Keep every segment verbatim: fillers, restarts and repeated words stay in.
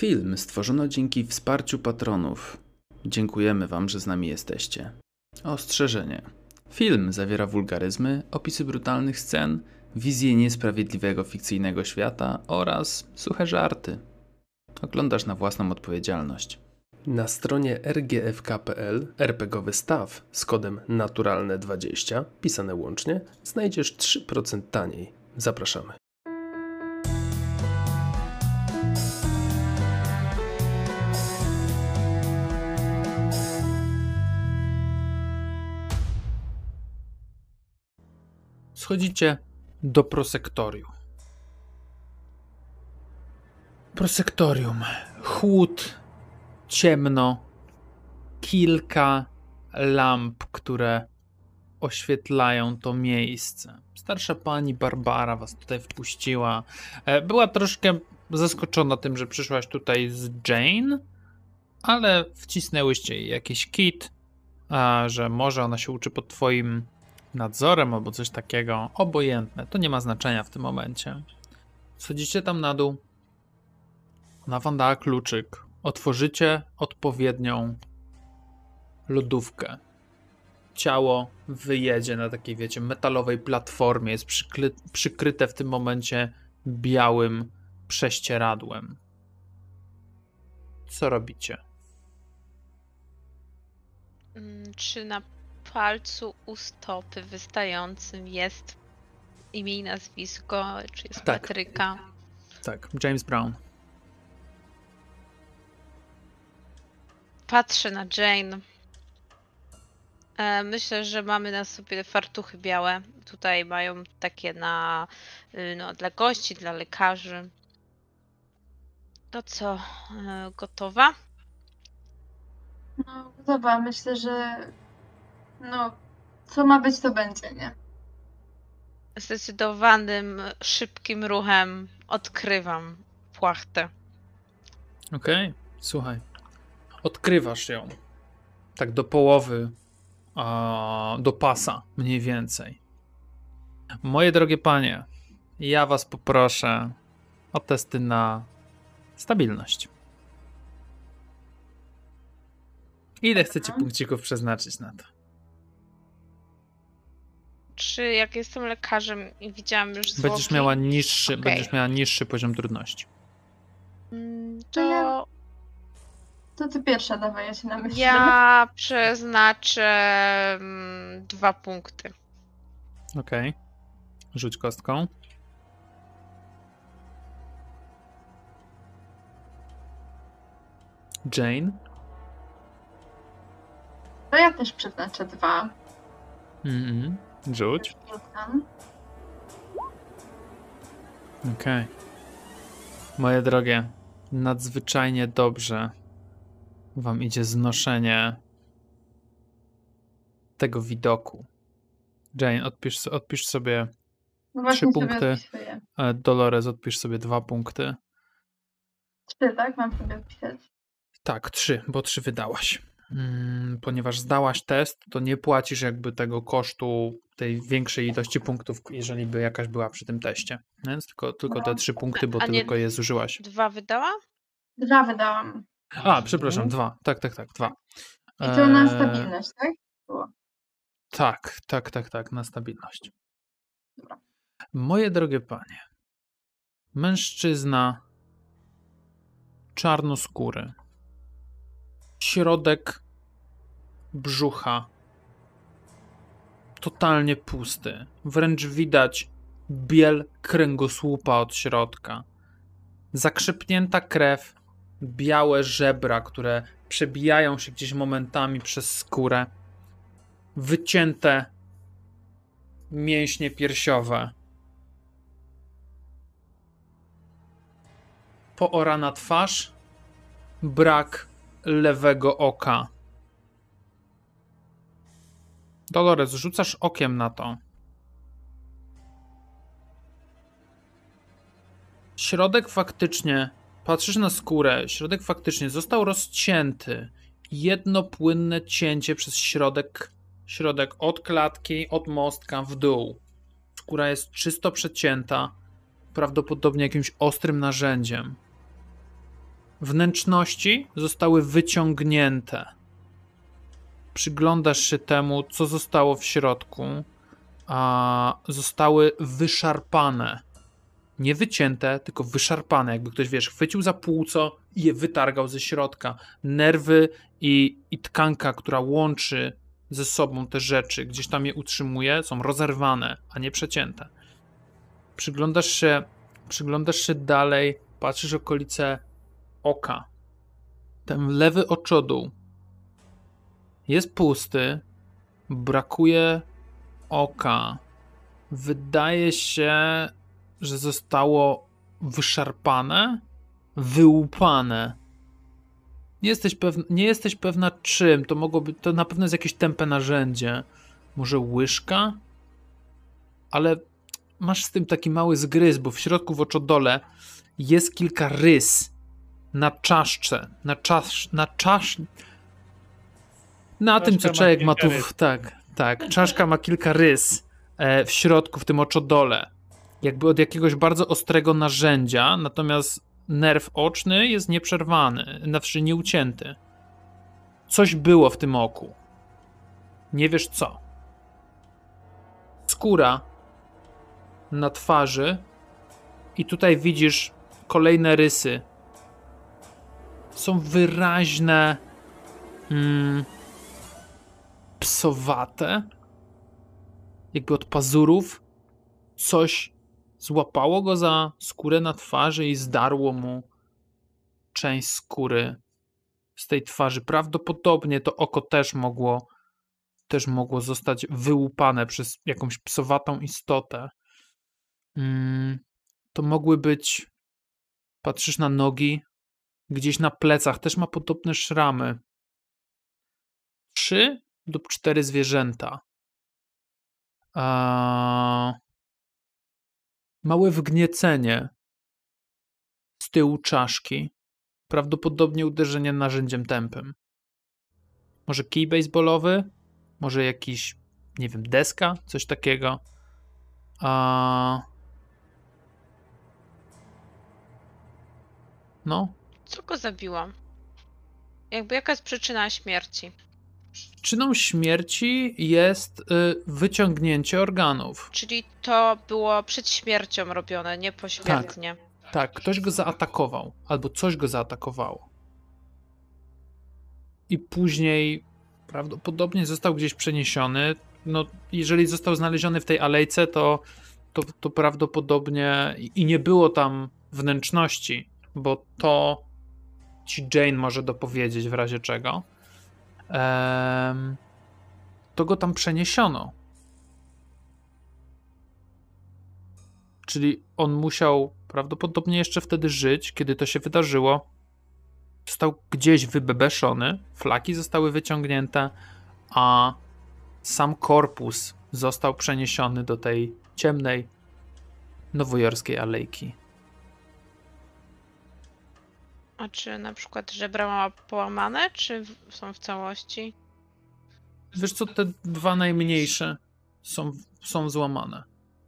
Film stworzono dzięki wsparciu patronów. Dziękujemy Wam, że z nami jesteście. Ostrzeżenie. Film zawiera wulgaryzmy, opisy brutalnych scen, wizję niesprawiedliwego fikcyjnego świata oraz suche żarty. Oglądasz na własną odpowiedzialność. Na stronie r g f k kropka p l RPGowy staw z kodem naturalne dwadzieścia, pisane łącznie, znajdziesz trzy procent taniej. Zapraszamy. Schodzicie do prosektorium. Prosektorium. Chłód, ciemno, kilka lamp, które oświetlają to miejsce. Starsza pani Barbara was tutaj wpuściła. Była troszkę zaskoczona tym, że przyszłaś tutaj z Jane, ale wcisnęłyście jej jakiś kit, że może ona się uczy pod twoim nadzorem albo coś takiego. Obojętne, to nie ma znaczenia w tym momencie. Schodzicie tam na dół. Ona wam dała kluczyk. Otworzycie odpowiednią lodówkę. Ciało wyjedzie na takiej, wiecie, metalowej platformie. Jest przykry przykryte w tym momencie białym prześcieradłem. Co robicie? Czy na palcu u stopy wystającym jest imię i nazwisko, czy jest Tak. metryka? Tak, James Brown. Patrzę na Jane. E, myślę, że mamy na sobie fartuchy białe. Tutaj mają takie na, no, dla gości, dla lekarzy. To co, e, gotowa? No, gotowa. Myślę, że no, co ma być, to będzie, nie? Zdecydowanym, szybkim ruchem odkrywam płachtę. Okej, okay. Słuchaj. Odkrywasz ją. Tak do połowy, a, do pasa, mniej więcej. Moje drogie panie, ja was poproszę o testy na stabilność. Ile chcecie punkcików przeznaczyć na to? Czy jak jestem lekarzem i widziałam już zwłoki... Będziesz miała niższy, okay. będziesz miała niższy poziom trudności. To... ja... To ty pierwsza dawaj, ja się namyślę. Ja przeznaczę mm, dwa punkty. Okej. Okay. Rzuć kostką. Jane? To ja też przeznaczę dwa. Mhm. Rzuć. Okej. Okay. Moje drogie, nadzwyczajnie dobrze wam idzie znoszenie tego widoku. Jane, odpisz, odpisz sobie no trzy punkty. Dolores, odpisz sobie dwa punkty. Trzy, tak? Mam sobie odpisać? Tak, trzy, bo trzy wydałaś. Hmm, ponieważ zdałaś test, to nie płacisz jakby tego kosztu tej większej ilości punktów, jeżeli by jakaś była przy tym teście. Więc tylko, tylko no. te trzy punkty, bo A ty nie tylko je zużyłaś. Dwa wydała? Dwa wydałam. A, przepraszam, dwa. Tak, tak, tak, dwa. I to na stabilność, tak? Było. Tak, tak, tak, tak, na stabilność. Dobra. Moje drogie panie, mężczyzna czarnoskóry, środek brzucha totalnie pusty, wręcz widać biel kręgosłupa od środka, zakrzepnięta krew, białe żebra, które przebijają się gdzieś momentami przez skórę, wycięte mięśnie piersiowe, poorana twarz, brak lewego oka. Dolores, rzucasz okiem na to. Środek faktycznie, patrzysz na skórę, środek faktycznie został rozcięty. Jedno płynne cięcie przez środek, środek od klatki, od mostka w dół. Skóra jest czysto przecięta, prawdopodobnie jakimś ostrym narzędziem. Wnętrzności zostały wyciągnięte. Przyglądasz się temu, co zostało w środku, a zostały wyszarpane. Nie wycięte, tylko wyszarpane. Jakby ktoś, wiesz, chwycił za płuco i je wytargał ze środka. Nerwy i, i tkanka, która łączy ze sobą te rzeczy, gdzieś tam je utrzymuje, są rozerwane, a nie przecięte. Przyglądasz się, przyglądasz się dalej, patrzysz okolice oka. Ten lewy oczodół jest pusty, brakuje oka. Wydaje się, że zostało wyszarpane, wyłupane. Nie jesteś pewna, nie jesteś pewna czym. To mogłoby, to na pewno jest jakieś tępe narzędzie. Może łyżka? Ale masz z tym taki mały zgryz, bo w środku w oczodole jest kilka rys na czaszce, na czasz, na czasz, na tym, co człowiek ma tu, w, tak, tak, czaszka ma kilka rys e, w środku, w tym oczodole, jakby od jakiegoś bardzo ostrego narzędzia, natomiast nerw oczny jest nieprzerwany, znaczy nieucięty. Coś było w tym oku. Nie wiesz co. Skóra na twarzy i tutaj widzisz kolejne rysy. Są wyraźne, mm, psowate, jakby od pazurów coś złapało go za skórę na twarzy i zdarło mu część skóry z tej twarzy. Prawdopodobnie to oko też mogło też mogło zostać wyłupane przez jakąś psowatą istotę. Mm, to mogły być, patrzysz na nogi, gdzieś na plecach też ma podobne szramy. Trzy lub cztery zwierzęta. A... Małe wgniecenie z tyłu czaszki. Prawdopodobnie uderzenie narzędziem tępym. Może kij baseballowy? Może jakiś, nie wiem, deska? Coś takiego. A... No. Co go zabiło? Jakby jaka jest przyczyna śmierci? Przyczyną śmierci jest y, wyciągnięcie organów. Czyli to było przed śmiercią robione, nie pośmiertnie. Tak, tak, ktoś go zaatakował, albo coś go zaatakowało. I później prawdopodobnie został gdzieś przeniesiony. No, jeżeli został znaleziony w tej alejce, to, to, to prawdopodobnie i nie było tam wnętrzności, bo to ci Jane może dopowiedzieć w razie czego. Ehm, to go tam przeniesiono. Czyli on musiał prawdopodobnie jeszcze wtedy żyć, kiedy to się wydarzyło. Został gdzieś wybebeszony, flaki zostały wyciągnięte, a sam korpus został przeniesiony do tej ciemnej, nowojorskiej alejki. A czy na przykład żebra ma połamane, czy w- są w całości? Wiesz co, te dwa najmniejsze są, są złamane.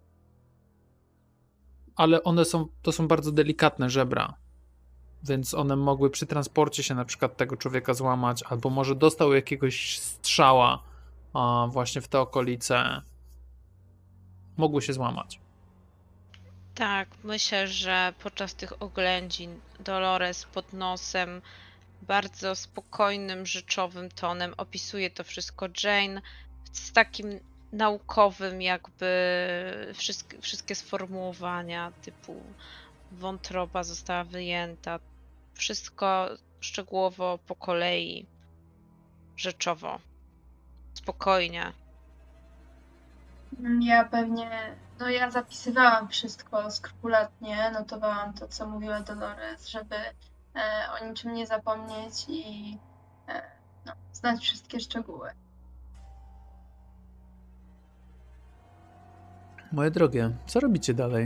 Ale one są, to są bardzo delikatne żebra, więc one mogły przy transporcie się na przykład tego człowieka złamać, albo może dostał jakiegoś strzała a, właśnie w te okolice. Mogły się złamać. Tak, myślę, że podczas tych oględzin Dolores pod nosem bardzo spokojnym, rzeczowym tonem opisuje to wszystko Jane z takim naukowym jakby wszystkie, wszystkie sformułowania typu wątroba została wyjęta, wszystko szczegółowo po kolei, rzeczowo, spokojnie. Ja pewnie, no ja zapisywałam wszystko skrupulatnie, notowałam to, co mówiła Dolores, żeby e, o niczym nie zapomnieć i e, no, znać wszystkie szczegóły. Moje drogie, co robicie dalej?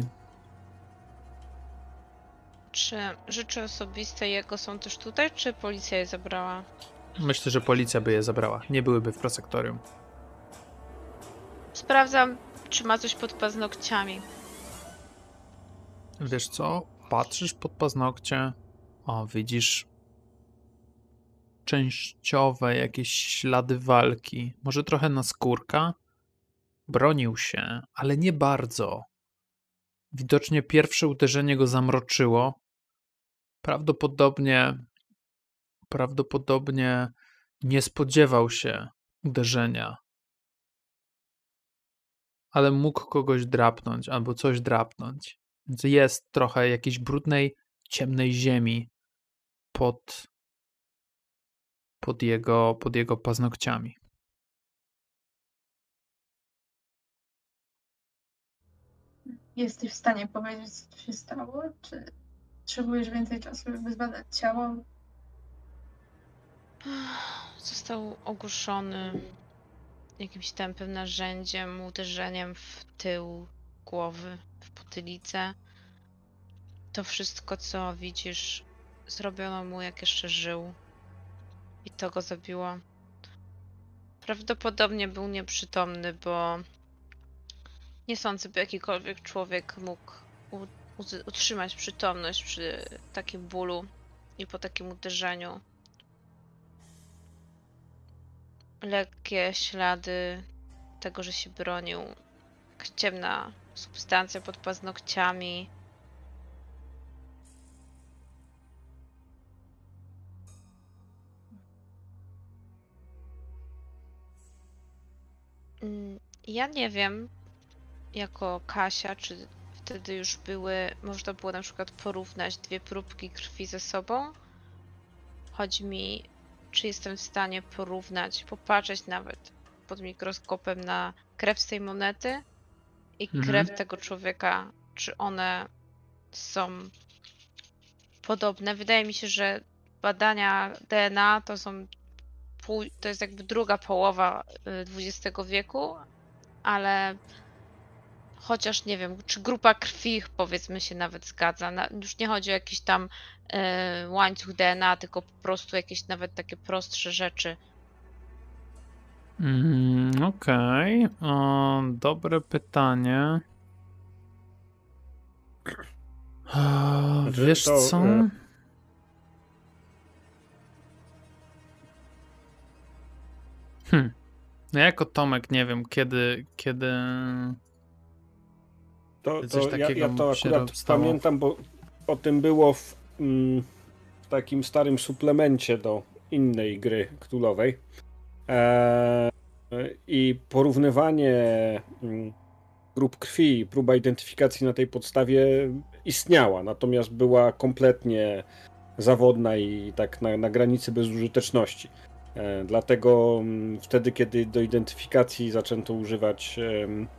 Czy rzeczy osobiste jego są też tutaj, czy policja je zabrała? Myślę, że policja by je zabrała. Nie byłyby w prosektorium. Sprawdzam, czy ma coś pod paznokciami. Wiesz co? Patrzysz pod paznokcie, O, widzisz częściowe jakieś ślady walki. Może trochę naskórka? Bronił się, ale nie bardzo. Widocznie pierwsze uderzenie go zamroczyło. Prawdopodobnie, prawdopodobnie nie spodziewał się uderzenia. Ale mógł kogoś drapnąć albo coś drapnąć. Więc jest trochę jakiejś brudnej, ciemnej ziemi pod, pod, jego, pod jego paznokciami. Jesteś w stanie powiedzieć, co tu się stało? Czy potrzebujesz więcej czasu, żeby zbadać ciało? Został ogłuszony jakimś tępym narzędziem, uderzeniem w tył głowy, w potylicę. To wszystko, co widzisz, zrobiono mu, jak jeszcze żył. I to go zabiło. Prawdopodobnie był nieprzytomny, bo nie sądzę, by jakikolwiek człowiek mógł u- uz- utrzymać przytomność przy takim bólu i po takim uderzeniu. Lekkie ślady tego, że się bronił. Jakaś ciemna substancja pod paznokciami. Mm, Ja nie wiem, jako Kasia, czy wtedy już były, można było na przykład porównać dwie próbki krwi ze sobą. Chodzi mi, czy jestem w stanie porównać, popatrzeć nawet pod mikroskopem na krew z tej monety i Mhm. krew tego człowieka, czy one są podobne. Wydaje mi się, że badania D N A to są pół, to jest jakby druga połowa y, dwudziestego wieku, ale chociaż nie wiem, czy grupa krwi powiedzmy się nawet zgadza. Na, już nie chodzi o jakiś tam y, łańcuch D N A, tylko po prostu jakieś nawet takie prostsze rzeczy. Mm, Okej, o, dobre pytanie. A, Znaczy, wiesz to, co? e, Hm. No jako Tomek nie wiem, kiedy, kiedy To, coś to ja, takiego ja to się akurat stało. pamiętam, bo o tym było w, mm, w takim starym suplemencie do innej gry Cthulhu'owej. Eee, I porównywanie mm, grup krwi, próba identyfikacji na tej podstawie istniała, natomiast była kompletnie zawodna i tak na, na granicy bezużyteczności. E, dlatego mm, wtedy, kiedy do identyfikacji zaczęto używać em,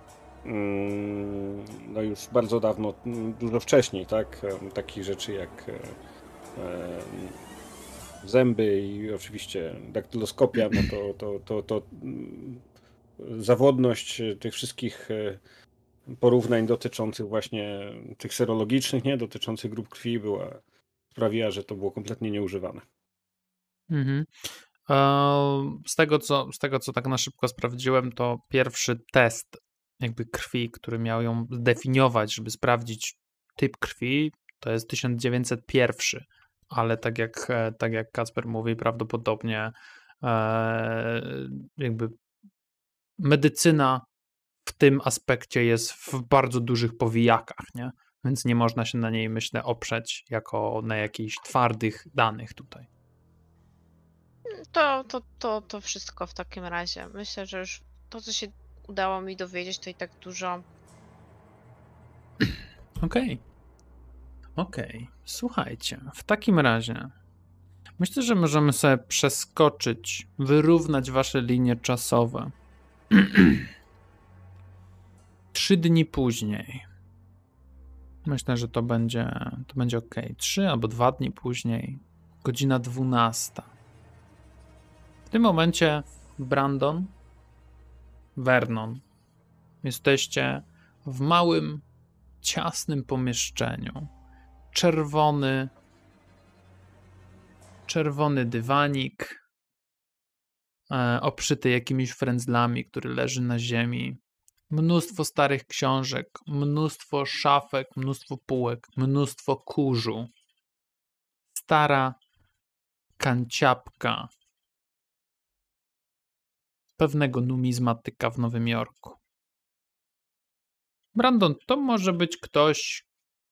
mm, no już bardzo dawno, mm, dużo wcześniej, tak, em, takich rzeczy jak e, em, zęby i oczywiście daktyloskopia, no to, to, to, to mm, zawodność tych wszystkich e, porównań dotyczących właśnie tych serologicznych, nie, dotyczących grup krwi była, sprawiła, że to było kompletnie nieużywane. Mhm. E, Z tego, co, z tego, co tak na szybko sprawdziłem, to pierwszy test jakby krwi, który miał ją zdefiniować, żeby sprawdzić typ krwi, to jest tysiąc dziewięćset jeden, ale tak jak, e, tak jak Kacper mówi, prawdopodobnie e, jakby medycyna w tym aspekcie jest w bardzo dużych powijakach, nie? Więc nie można się na niej, myślę, oprzeć jako na jakichś twardych danych tutaj. To, to, to, to wszystko w takim razie. Myślę, że już to, co się udało mi dowiedzieć, to i tak dużo. Okej. Okej. Słuchajcie, w takim razie myślę, że możemy sobie przeskoczyć, wyrównać wasze linie czasowe. Trzy dni później. Myślę, że to będzie, to będzie ok. Trzy albo dwa dni później. Godzina dwunasta. W tym momencie Brandon, Vernon, jesteście w małym, ciasnym pomieszczeniu. Czerwony, czerwony dywanik, e, obszyty jakimiś frędzlami, który leży na ziemi. Mnóstwo starych książek, mnóstwo szafek, mnóstwo półek, mnóstwo kurzu. stara kanciapka pewnego numizmatyka w Nowym Jorku. Brandon, to może być ktoś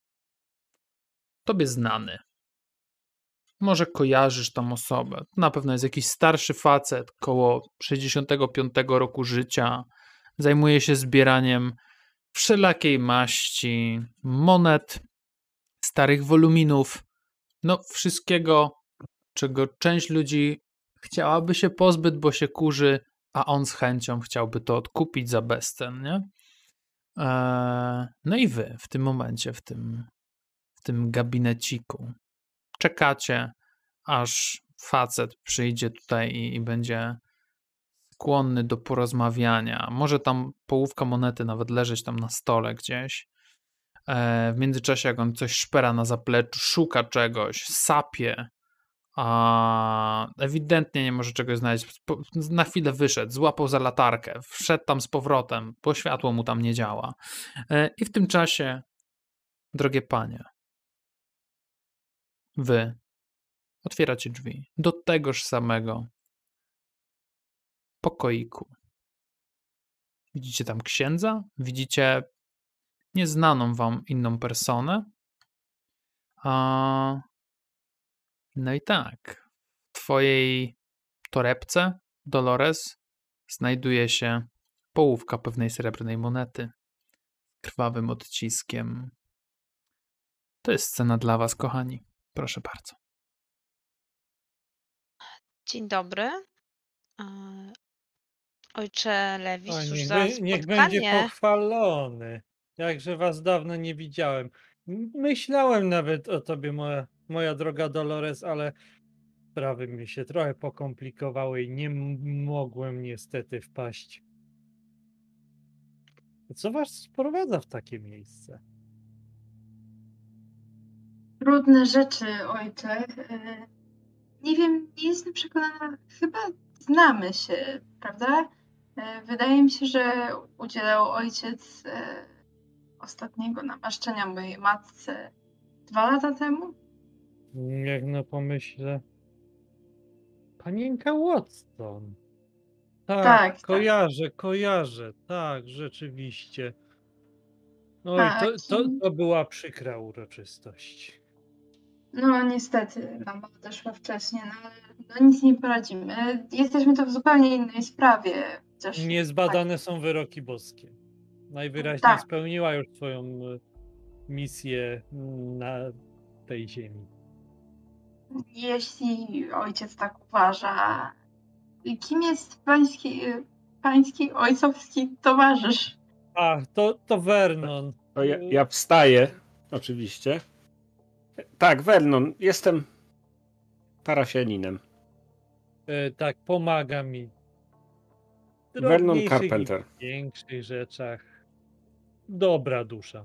tobie znany. Może kojarzysz tą osobę. To na pewno jest jakiś starszy facet, koło sześćdziesiątego piątego roku życia. Zajmuje się zbieraniem wszelakiej maści, monet, starych woluminów, no wszystkiego, czego część ludzi chciałaby się pozbyć, bo się kurzy, a on z chęcią chciałby to odkupić za bezcen, nie? Eee, no i wy w tym momencie, w tym, w tym gabineciku czekacie, aż facet przyjdzie tutaj i, i będzie skłonny do porozmawiania. Może tam połówka monety nawet leżeć tam na stole gdzieś. E, w międzyczasie, jak on coś szpera na zapleczu, szuka czegoś, sapie, a ewidentnie nie może czegoś znaleźć. Na chwilę wyszedł, złapał za latarkę, wszedł tam z powrotem, bo światło mu tam nie działa. E, I w tym czasie, drogie panie, wy otwieracie drzwi do tegoż samego pokoiku. Widzicie tam księdza, widzicie nieznaną wam inną personę. A... No i tak, w twojej torebce, Dolores, znajduje się połówka pewnej srebrnej monety z krwawym odciskiem. To jest scena dla was, kochani. Proszę bardzo. Dzień dobry. E, Ojcze Lewi, O, cóż niech, za be- niech będzie spotkanie. pochwalony. Jakże was dawno nie widziałem. M- Myślałem nawet o tobie, moja, moja droga Dolores, ale sprawy mi się trochę pokomplikowały i nie m- mogłem niestety wpaść. Co was sprowadza w takie miejsce? Trudne rzeczy, ojcze. Y, Nie wiem, nie jestem przekonana. Chyba znamy się, prawda? Y, Wydaje mi się, że udzielał ojciec y, ostatniego namaszczenia mojej matce dwa lata temu. Jak no pomyślę. Panienka Watson. Tak, Tak, tak. kojarzę, kojarzę. Tak, rzeczywiście. Oj, Tak. to, to, to była przykra uroczystość. No niestety, mama odeszła wcześniej, no ale no, nic nie poradzimy. Jesteśmy tu w zupełnie innej sprawie. Chociaż Niezbadane są wyroki boskie. Najwyraźniej Tak. spełniła już swoją e, misję na tej ziemi. Jeśli ojciec tak uważa, kim jest pański, pański ojcowski towarzysz? A, to, to Vernon. To ja, ja wstaję, oczywiście. Tak, Vernon, jestem parafianinem. E, tak, pomaga mi. W Vernon drobniejszych i Carpenter. większych rzeczach. Dobra dusza.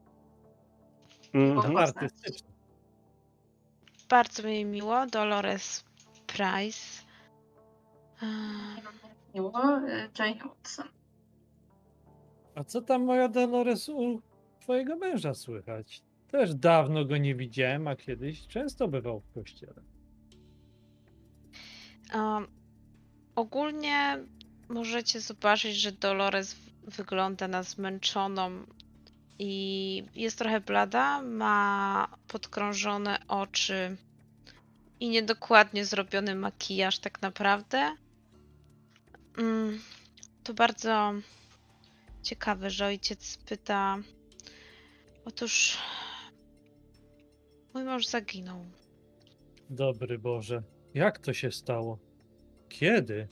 Mhm. Artystyczna. Bardzo mi miło, Dolores Price. E, Miło, Jane Watson. A co tam, moja Dolores, u twojego męża słychać? Też dawno go nie widziałem, a kiedyś często bywał w kościele. Um, ogólnie możecie zobaczyć, że Dolores w- wygląda na zmęczoną i jest trochę blada, ma podkrążone oczy i niedokładnie zrobiony makijaż tak naprawdę. Mm, to bardzo ciekawe, że ojciec pyta. Otóż mój mąż zaginął. Dobry Boże, jak to się stało? Kiedy?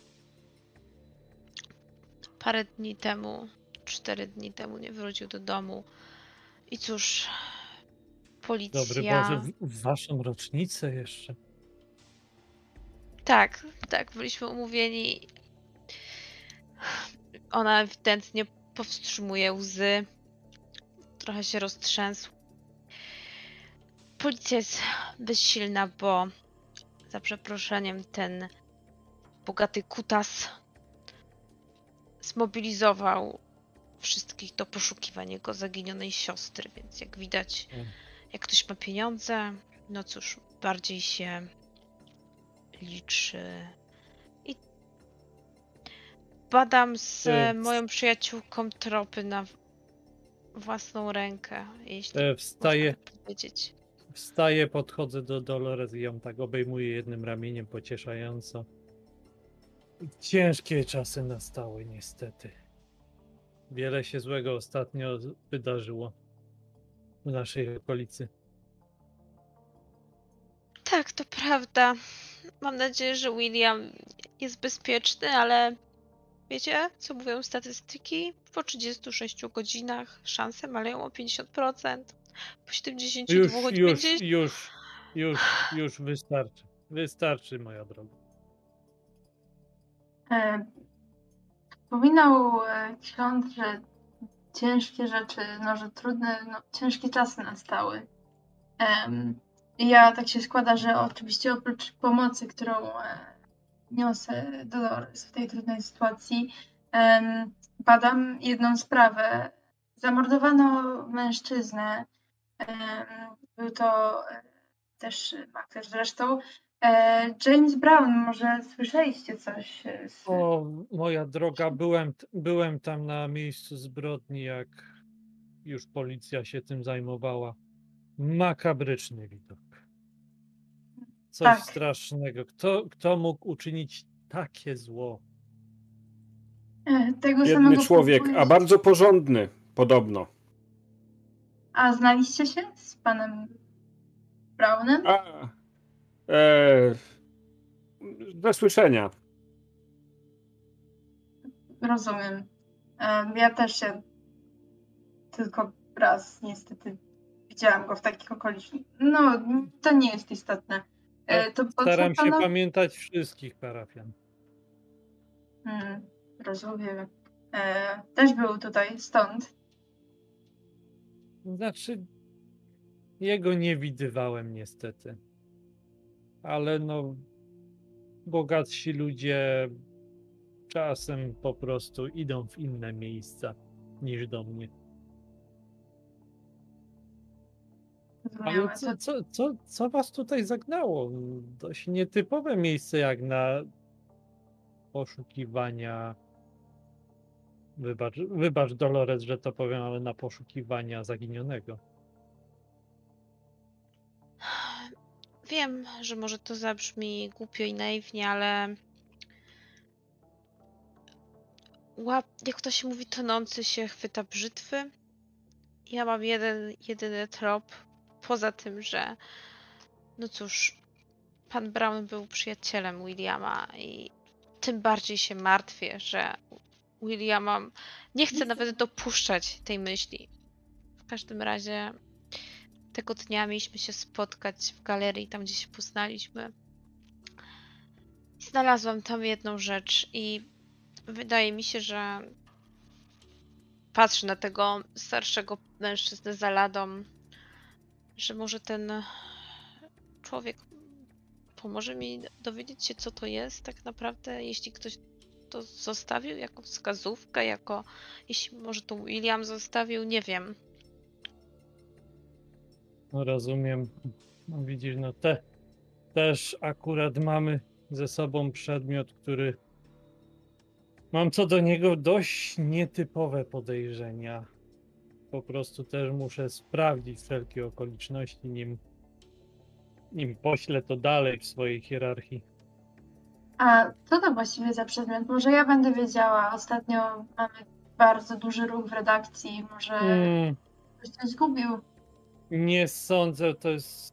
Parę dni temu, cztery dni temu nie wrócił do domu. I cóż, policja... Dobry Boże, w, w waszą rocznicę jeszcze. Tak, tak, byliśmy umówieni. Ona ewidentnie powstrzymuje łzy. Trochę się roztrzęsł. Policja jest bezsilna, bo za przeproszeniem ten bogaty kutas zmobilizował wszystkich do poszukiwania jego zaginionej siostry, więc jak widać, Mm. jak ktoś ma pieniądze, no cóż, bardziej się liczy. I badam z E, moją przyjaciółką tropy na własną rękę, jeśli E, Wstaję, można tak powiedzieć. wstaję, podchodzę do Dolores i ją tak obejmuję jednym ramieniem pocieszająco. Ciężkie czasy nastały niestety. Wiele się złego ostatnio wydarzyło w naszej okolicy. Tak, to prawda. Mam nadzieję, że William jest bezpieczny, ale wiecie, co mówią statystyki? Po trzydziestu sześciu godzinach szanse maleją o pięćdziesiąt procent. Po siedemdziesięciu Już, dwóch, choć już, pięćdziesiąt. już, już, już wystarczy. Wystarczy, moja droga. E, Wspominał e, ksiądz, że ciężkie rzeczy, no, że trudne, no, ciężkie czasy nastały. Em, I ja tak się składa, że oczywiście oprócz pomocy, którą e, niosę Dolores w tej trudnej sytuacji, em, badam jedną sprawę. Zamordowano mężczyznę. Em, Był to e, też maklerz zresztą. E, James Brown, może słyszeliście coś e, z... O, moja droga, byłem, t- byłem tam na miejscu zbrodni, jak już policja się tym zajmowała. Makabryczny widok. Coś Tak. strasznego. Kto, kto mógł uczynić takie zło? e, tego Biedny samego człowiek, próbuję a się- bardzo porządny podobno. A znaliście się z panem Brownem? A, e, ze słyszenia. Rozumiem. Em, Ja też się tylko raz niestety widziałam go w takich okolicznościach. No, to nie jest istotne. E, To po co Staram się pana- pamiętać wszystkich parafian. Hmm, rozumiem. E, Też był tutaj, stąd. Znaczy, jego nie widywałem niestety. Ale no, bogatsi ludzie czasem po prostu idą w inne miejsca niż do mnie. Ale Zrozumiałe. co, To co, co, co was tutaj zagnało? Dość nietypowe miejsce jak na poszukiwania. Wybacz, wybacz Dolores, że to powiem, ale na poszukiwania zaginionego. Wiem, że może to zabrzmi głupio i naiwnie, ale łap, jak to się mówi, tonący się chwyta brzytwy. Ja mam jeden, jedyny trop, poza tym, że no cóż, pan Brown był przyjacielem Williama i tym bardziej się martwię, że Williama nie chcę nawet dopuszczać tej myśli. W każdym razie tego dnia mieliśmy się spotkać w galerii, tam gdzie się poznaliśmy. Znalazłam tam jedną rzecz i wydaje mi się, że patrzę na tego starszego mężczyznę za ladą, że może ten człowiek pomoże mi dowiedzieć się, co to jest tak naprawdę, jeśli ktoś to zostawił jako wskazówkę, jako jeśli może to William zostawił, nie wiem. No rozumiem. No widzisz, no te też akurat mamy ze sobą przedmiot, który mam co do niego dość nietypowe podejrzenia. Po prostu też muszę sprawdzić wszelkie okoliczności, nim, nim poślę to dalej w swojej hierarchii. A co to właściwie za przedmiot? Może ja będę wiedziała. Ostatnio mamy bardzo duży ruch w redakcji. Może Mm, ktoś coś zgubił. nie sądzę, to jest.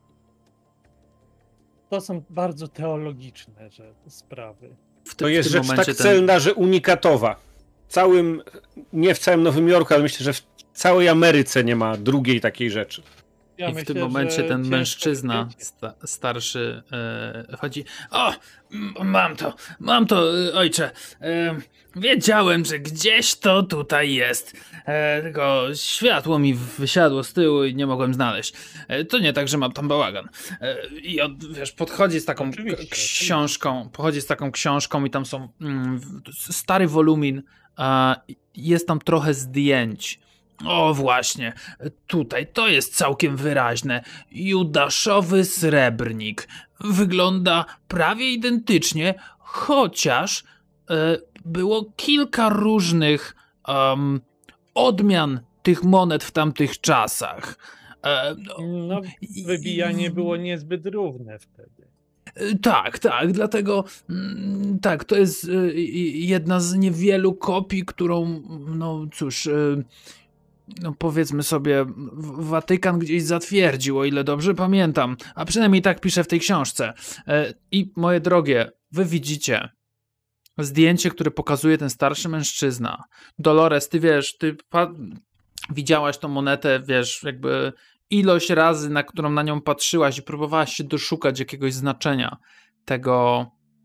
To są bardzo teologiczne że, sprawy. W To ty- w jest tym rzecz momencie tak ten- celna, że unikatowa. W całym, nie w całym Nowym Jorku, ale myślę, że w całej Ameryce nie ma drugiej takiej rzeczy. Ja I w myślę, tym momencie że ten ciężko mężczyzna wykrycie. sta, starszy e, chodzi. O, m- mam to, mam to, e, ojcze. E, wiedziałem, że gdzieś to tutaj jest. E, tylko światło mi wysiadło z tyłu i nie mogłem znaleźć. E, to nie tak, że mam tam bałagan. E, I on, wiesz, podchodzi z taką Oczywiście, k- książką, pochodzi z taką książką i tam są mm, w- stary wolumin. A jest tam trochę zdjęć O właśnie, tutaj to jest całkiem wyraźne. Judaszowy srebrnik. Wygląda prawie identycznie, chociaż e, było kilka różnych em, odmian tych monet w tamtych czasach. E, No, wybijanie było niezbyt równe wtedy. Tak, tak, dlatego mm, tak, to jest y, jedna z niewielu kopii, którą, no cóż, y, no powiedzmy sobie, w- Watykan gdzieś zatwierdził, o ile dobrze pamiętam, a przynajmniej tak pisze w tej książce. E, I moje drogie, wy widzicie zdjęcie, które pokazuje ten starszy mężczyzna. Dolores, ty wiesz, ty pa- widziałaś tą monetę, wiesz, jakby ilość razy, na którą na nią patrzyłaś i próbowałaś się doszukać jakiegoś znaczenia tego,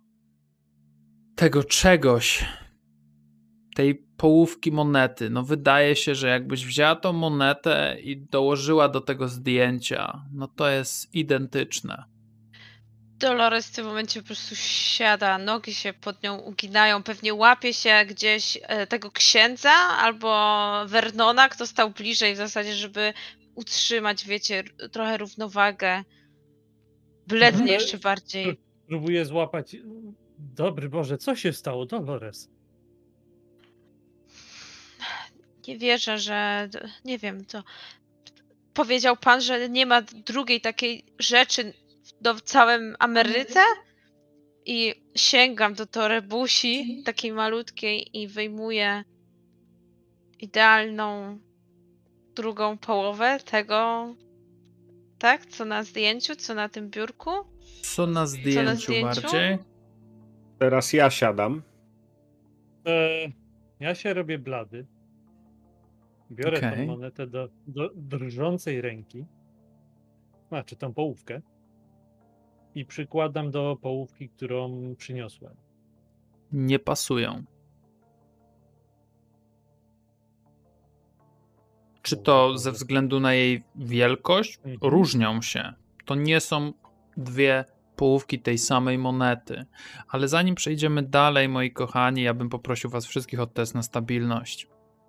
tego czegoś, tej połówki monety. No wydaje się, że jakbyś wzięła tą monetę i dołożyła do tego zdjęcia, no to jest identyczne. Dolores w tym momencie po prostu siada, nogi się pod nią uginają, pewnie łapie się gdzieś e, tego księdza albo Vernona, kto stał bliżej w zasadzie, żeby utrzymać, wiecie, r- trochę równowagę. Blednie Mhm. jeszcze bardziej. Próbuję złapać. Dobry Boże, co się stało, Dolores? Nie wierzę, że... Nie wiem, to... Powiedział pan, że nie ma drugiej takiej rzeczy do w całym Ameryce? I sięgam do torebusi, takiej malutkiej, i wyjmuję idealną drugą połowę tego, tak? Co na zdjęciu, co na tym biurku? Co na zdjęciu, zdjęciu? bardziej? Teraz ja siadam. E, ja się robię blady. Biorę Okej. tą monetę do, do drżącej ręki, znaczy tą połówkę, i przykładam do połówki, którą przyniosłem. Nie pasują. Czy to ze względu na jej wielkość? Mhm. Różnią się. To nie są dwie połówki tej samej monety. Ale zanim przejdziemy dalej, moi kochani, ja bym poprosił was wszystkich o test na stabilność.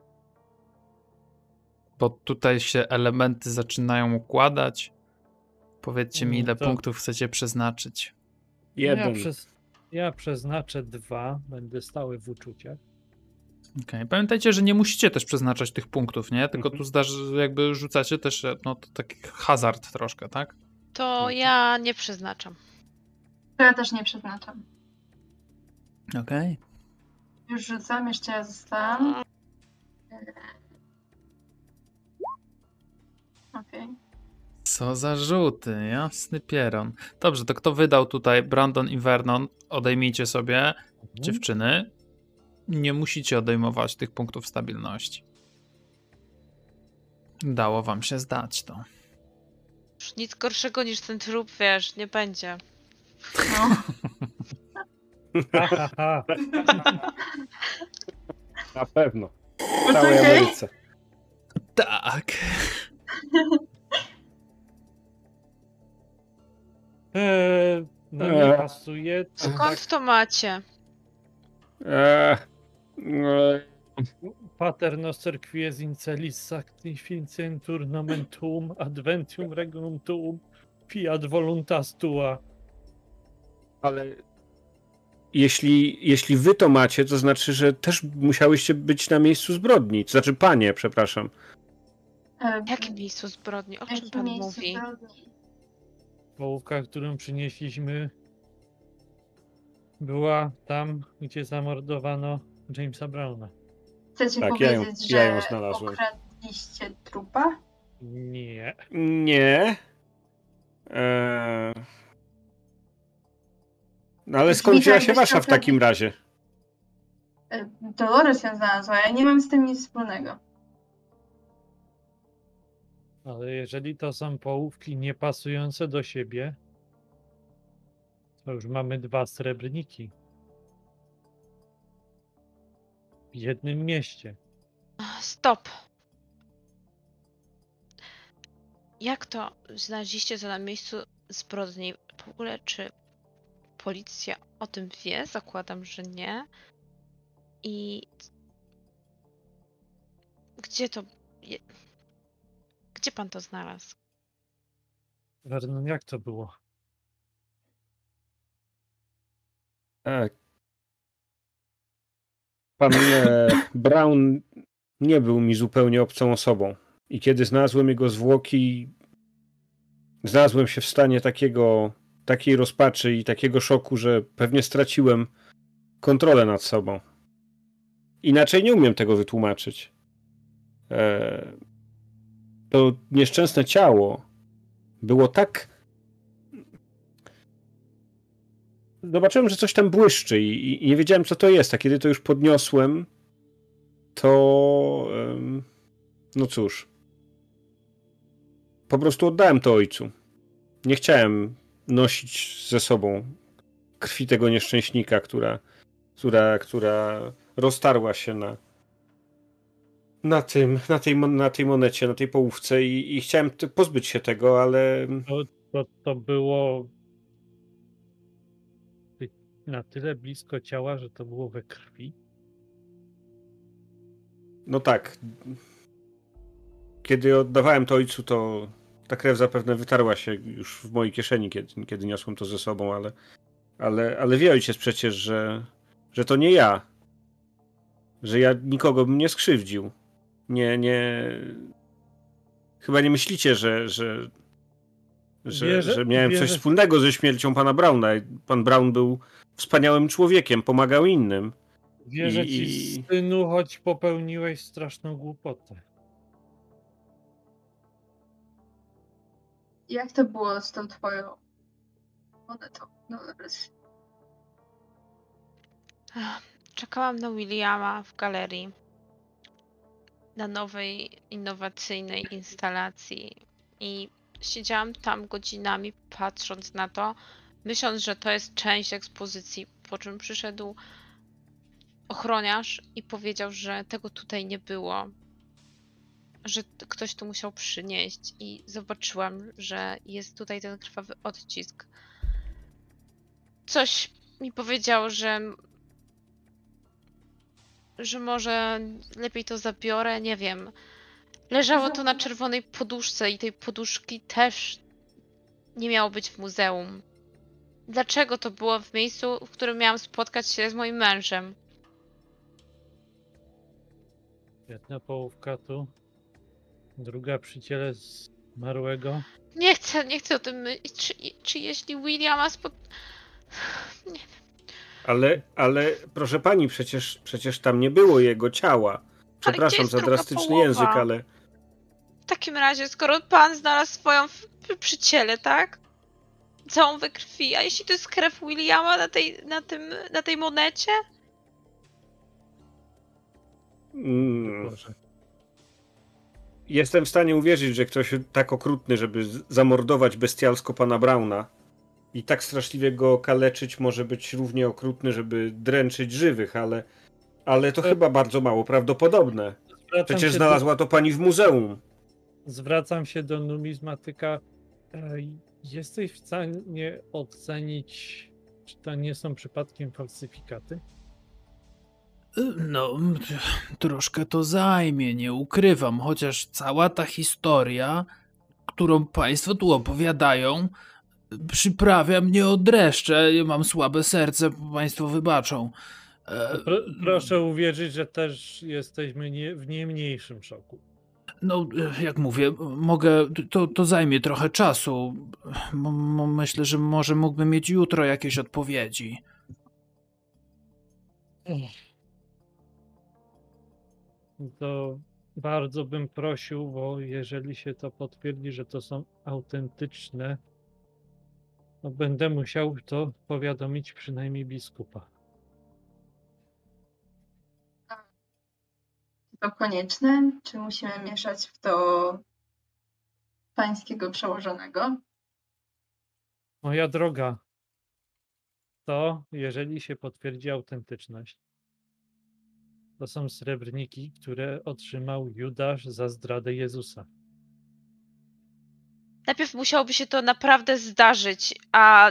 Bo tutaj się elementy zaczynają układać. Powiedzcie mi, Mm, ile to- punktów chcecie przeznaczyć. Jeden. Ja, przez, ja przeznaczę dwa, będę stały w uczuciach. Okay. Pamiętajcie, że nie musicie też przeznaczać tych punktów, nie? Tylko Mhm. tu zdarzy, jakby rzucacie też, no to taki hazard troszkę, tak? To ja nie przeznaczam. To ja też nie przeznaczam. Okej. Już rzucam, jeszcze ja zostałam. Okej. Co za rzuty, jasny pieron. Dobrze, to kto wydał tutaj Brandon i Vernon? Odejmijcie sobie. Mhm. Dziewczyny, nie musicie odejmować tych punktów stabilności. Dało wam się zdać to. Już nic gorszego niż ten trup, wiesz, nie będzie. No. Ha, ha, ha. Na pewno. W No to całej okej. Ameryce. Tak. Eee, no nie Eee. pasuje. to tak Skąd to macie? Eee, eee, Pater noster quies in celis sanctificentur nomen tuum adventium regnum tuum fiat voluntas tua. ale jeśli, jeśli wy to macie, to znaczy, że też musiałyście być na miejscu zbrodni. To znaczy, panie, przepraszam. E, W jakim miejscu zbrodni? O w czym jakim pan miejscu mówi? zbrodni? Połówka, którą przynieśliśmy, była tam, gdzie zamordowano Jamesa Browna. Chcecie Tak, ja ją- powiedzieć, ja ją że znalazłem. okradliście trupa? Nie. Nie. Eee... No ale Brzmi skąd wzięła tak, się wasza w byście takim razie? E, Dolores ją znalazła, ja nie mam z tym nic wspólnego. Ale jeżeli to są połówki niepasujące do siebie, to już mamy dwa srebrniki w jednym mieście. Stop. Jak to znaleźliście to na miejscu zbrodni? W ogóle czy policja o tym wie? Zakładam, że nie. I gdzie to Je... Gdzie pan to znalazł? Vernon, jak to było? Tak. Pan e, Brown nie był mi zupełnie obcą osobą. I kiedy znalazłem jego zwłoki, znalazłem się w stanie takiego, takiej rozpaczy i takiego szoku, że pewnie straciłem kontrolę nad sobą. Inaczej nie umiem tego wytłumaczyć. E, to nieszczęsne ciało było tak... Zobaczyłem, że coś tam błyszczy i, i nie wiedziałem, co to jest. A kiedy to już podniosłem, to... em, no cóż. Po prostu oddałem to ojcu. Nie chciałem nosić ze sobą krwi tego nieszczęśnika, która, która, która roztarła się na, na tym, na tej, na tej monecie, na tej połówce i, i chciałem t- pozbyć się tego, ale To, to, to było na tyle blisko ciała, że to było we krwi. no tak. Kiedy oddawałem to ojcu, to ta krew zapewne wytarła się już w mojej kieszeni, kiedy, kiedy niosłem to ze sobą, ale, ale, ale wie ojciec przecież, że, że to nie ja. Że ja nikogo bym nie skrzywdził. Nie, nie... Chyba nie myślicie, że, że, że, Wierzę- że miałem coś wierzę- wspólnego ze śmiercią pana Browna. Pan Brown był wspaniałym człowiekiem, pomagał innym. Wierzę I- ci, i- synu, choć popełniłeś straszną głupotę. Jak to było z tą twoją monetą? No dobra. Czekałam na Williama w galerii. Na nowej, innowacyjnej instalacji. I siedziałam tam godzinami, patrząc na to, myśląc, że to jest część ekspozycji. Po czym przyszedł ochroniarz i powiedział, że tego tutaj nie było. Że t- ktoś to musiał przynieść. I zobaczyłam, że jest tutaj ten krwawy odcisk. Coś mi powiedziało, że że może lepiej to zabiorę, nie wiem. Leżało to na czerwonej poduszce i tej poduszki też nie miało być w muzeum. Dlaczego to było w miejscu, w którym miałam spotkać się z moim mężem? Jedna połówka tu, druga przy ciele zmarłego. Nie chcę, nie chcę o tym myśleć. Czy, czy jeśli Williama spod... Nie. Ale, ale proszę pani, przecież, przecież tam nie było jego ciała. Przepraszam jest za druga drastyczny połowa? język, ale... W takim razie, skoro pan znalazł swoją w, przy ciele, tak? Całą we krwi, a jeśli to jest krew Williama na tej, na tym, na tej monecie? Mm, Boże. jestem w stanie uwierzyć, że ktoś tak okrutny, żeby z- zamordować bestialsko pana Browna i tak straszliwie go kaleczyć, może być równie okrutny, żeby dręczyć żywych, ale, ale to E- chyba bardzo mało prawdopodobne. Zwracam Przecież się znalazła to pani w muzeum. Do, zwracam się do numizmatyka. E, Jesteś w stanie ocenić, czy to nie są przypadkiem falsyfikaty? No, troszkę to zajmie, nie ukrywam, chociaż cała ta historia, którą państwo tu opowiadają, przyprawia mnie o dreszcze. Ja mam słabe serce, państwo wybaczą. E, Pro, proszę uwierzyć, że też jesteśmy nie, w nie mniejszym szoku. No, jak mówię, mogę, to, to zajmie trochę czasu. M- m- Myślę, że może mógłbym mieć jutro jakieś odpowiedzi. To bardzo bym prosił, bo jeżeli się to potwierdzi, że to są autentyczne, to będę musiał to powiadomić przynajmniej biskupa. To konieczne? Czy musimy mieszać w to pańskiego przełożonego? Moja droga, to jeżeli się potwierdzi autentyczność, to są srebrniki, które otrzymał Judasz za zdradę Jezusa. Najpierw musiałoby się to naprawdę zdarzyć, a...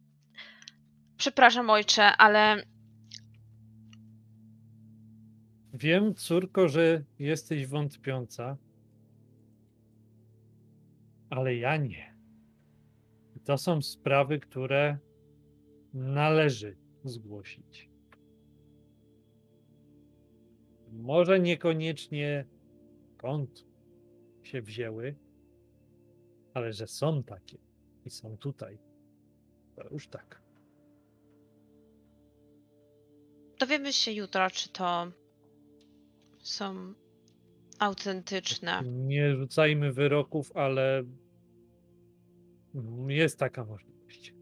Przepraszam, ojcze, ale Wiem, córko, że jesteś wątpiąca, ale ja nie. To są sprawy, które należy zgłosić. Może niekoniecznie skąd się wzięły, ale że są takie i są tutaj, to już tak. Dowiemy się jutro, czy to są autentyczne. Nie rzucajmy wyroków, ale jest taka możliwość.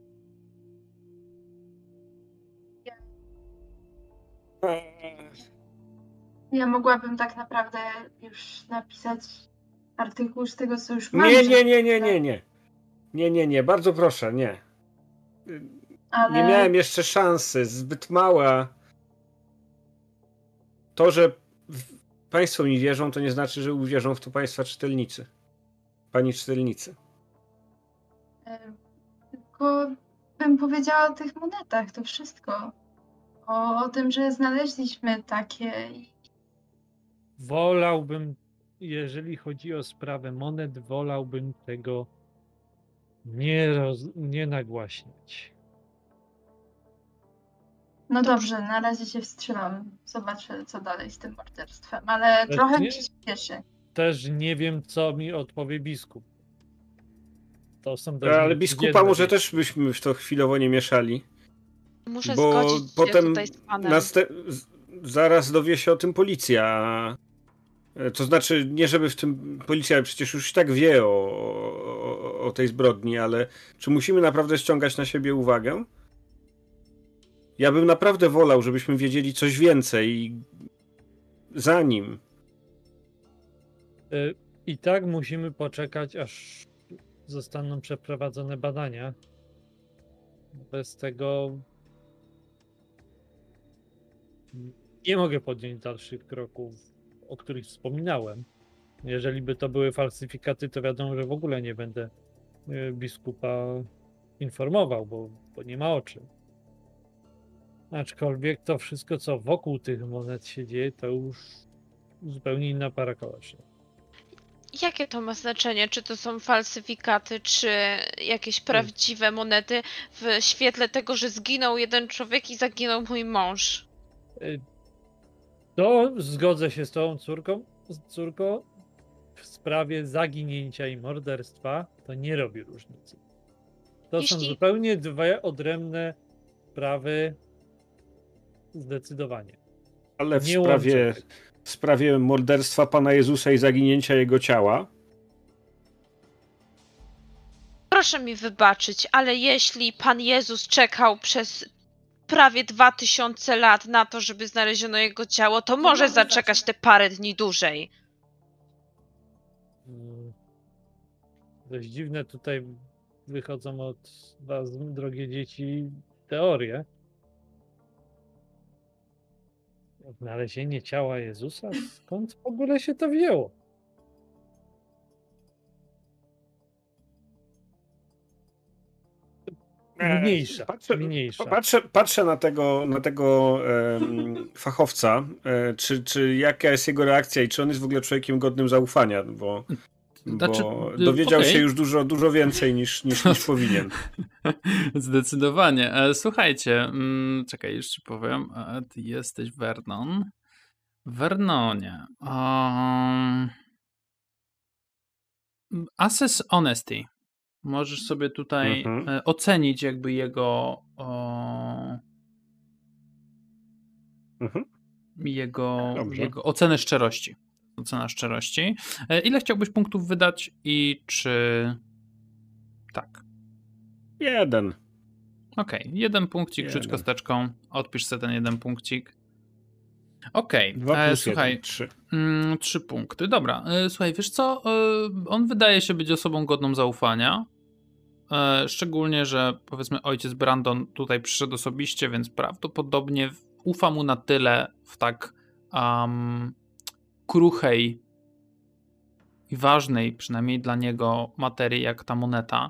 Ja mogłabym tak naprawdę już napisać artykuł z tego, co już mam. Nie, że- nie, nie, nie, nie, nie. Nie, nie, nie, bardzo proszę, nie. Ale... Nie miałem jeszcze szansy, zbyt mała. To, że w- państwo mi wierzą, to nie znaczy, że uwierzą w to państwa czytelnicy. Pani czytelnicy. e, Tylko bym powiedziała o tych monetach, to wszystko. O, o tym, że znaleźliśmy takie i Wolałbym, jeżeli chodzi o sprawę monet, wolałbym tego nie, roz, nie nagłaśniać. no dobrze, na razie się wstrzymam. Zobaczę, co dalej z tym morderstwem, ale Lecz trochę nie- mi się śpieszy. Też nie wiem, co mi odpowie biskup. To są dość Ale biskupa nieprzyjemne może rzeczy. też byśmy w to chwilowo nie mieszali. Muszę Bo zgodzić się potem tutaj z panem. naste- z- zaraz dowie się o tym policja. E, To znaczy, nie żeby w tym policja przecież już i tak wie o, o, o tej zbrodni, ale czy musimy naprawdę ściągać na siebie uwagę? Ja bym naprawdę wolał, żebyśmy wiedzieli coś więcej zanim. Y, I tak musimy poczekać, aż zostaną przeprowadzone badania. Bez tego nie mogę podjąć dalszych kroków, o których wspominałem. Jeżeli by to były falsyfikaty, to wiadomo, że w ogóle nie będę y, biskupa informował, bo, bo nie ma o czym. Aczkolwiek to wszystko, co wokół tych monet się dzieje, to już zupełnie inna para kaloszy. Jakie to ma znaczenie? Czy to są falsyfikaty, czy jakieś prawdziwe monety w świetle tego, że zginął jeden człowiek i zaginął mój mąż? Y, To zgodzę się z tą córką, z córką w sprawie zaginięcia i morderstwa to nie robi różnicy. To są Jeśli- zupełnie dwie odrębne sprawy, zdecydowanie. Ale w Nie sprawie, łączę tego. w sprawie morderstwa Pana Jezusa i zaginięcia Jego ciała, Proszę mi wybaczyć, ale jeśli Pan Jezus czekał przez prawie dwa tysiące lat na to, żeby znaleziono jego ciało, to może zaczekać te parę dni dłużej. Mm, Dość dziwne tutaj wychodzą od was, drogie dzieci, teorie. Odnalezienie ciała Jezusa? Skąd w ogóle się to wzięło? Mniejsza, Patrzę, mniejsza. Patrzę, patrzę na tego, na tego em, fachowca, e, czy, czy jaka jest jego reakcja i czy on jest w ogóle człowiekiem godnym zaufania, bo, Znaczy, bo y, dowiedział okej. się już dużo, dużo więcej niż, niż, niż powinien. Zdecydowanie. E, Słuchajcie, mm, czekaj, już ci powiem. E, Ty jesteś Vernon. Vernonie. Um, assess honesty. Możesz sobie tutaj Mhm. e, ocenić jakby jego o, Mhm. jego, Dobrze. jego ocenę szczerości. Ocena szczerości. E, Ile chciałbyś punktów wydać i czy tak? Jeden. Okej, jeden punkcik, rzuć Jeden. kosteczką, odpisz sobie ten jeden punkcik. Okej, Dwa e, plus słuchaj, jeden. Trzy. mm, trzy punkty, dobra. E, słuchaj, wiesz co, e, on wydaje się być osobą godną zaufania, e, szczególnie, że powiedzmy ojciec Brandon tutaj przyszedł osobiście, więc prawdopodobnie ufa mu na tyle w tak um, kruchej i ważnej, przynajmniej dla niego, materii jak ta moneta.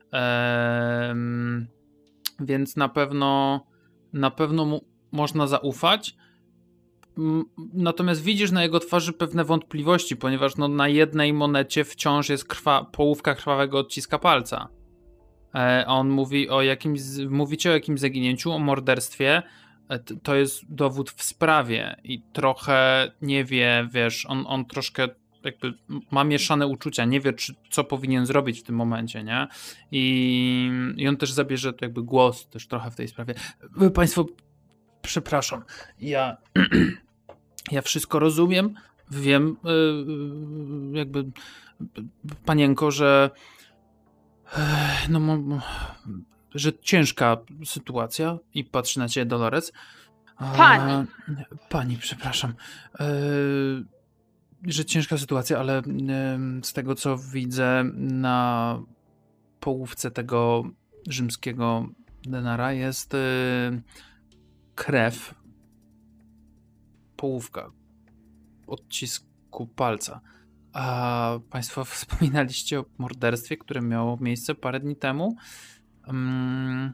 Em, więc na pewno na pewno mu można zaufać. M- Natomiast widzisz na jego twarzy pewne wątpliwości, ponieważ no, na jednej monecie wciąż jest krwa, połówka krwawego odciska palca. E, on mówi o jakimś, z- mówicie o jakimś zaginięciu, o morderstwie. E, t- to jest dowód w sprawie i trochę nie wie, wiesz, on, on troszkę jakby ma mieszane uczucia, nie wie, czy, co powinien zrobić w tym momencie, nie? I, i on też zabierze to jakby głos też trochę w tej sprawie. Wy Państwo, przepraszam, ja, ja wszystko rozumiem, wiem, yy, jakby, panienko, że Ech, no, mo- mo- że ciężka sytuacja i patrzy na ciebie Dolores. A, Pani. Pani, przepraszam. E, że ciężka sytuacja, ale e, z tego co widzę na połówce tego rzymskiego denara jest e, krew, połówka odcisku palca. A Państwo wspominaliście o morderstwie, które miało miejsce parę dni temu. Um,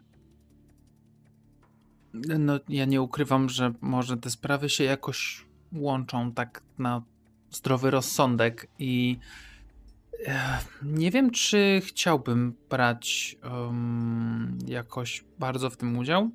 no, ja nie ukrywam, że może te sprawy się jakoś łączą tak na zdrowy rozsądek i e, nie wiem, czy chciałbym brać um, jakoś bardzo w tym udział.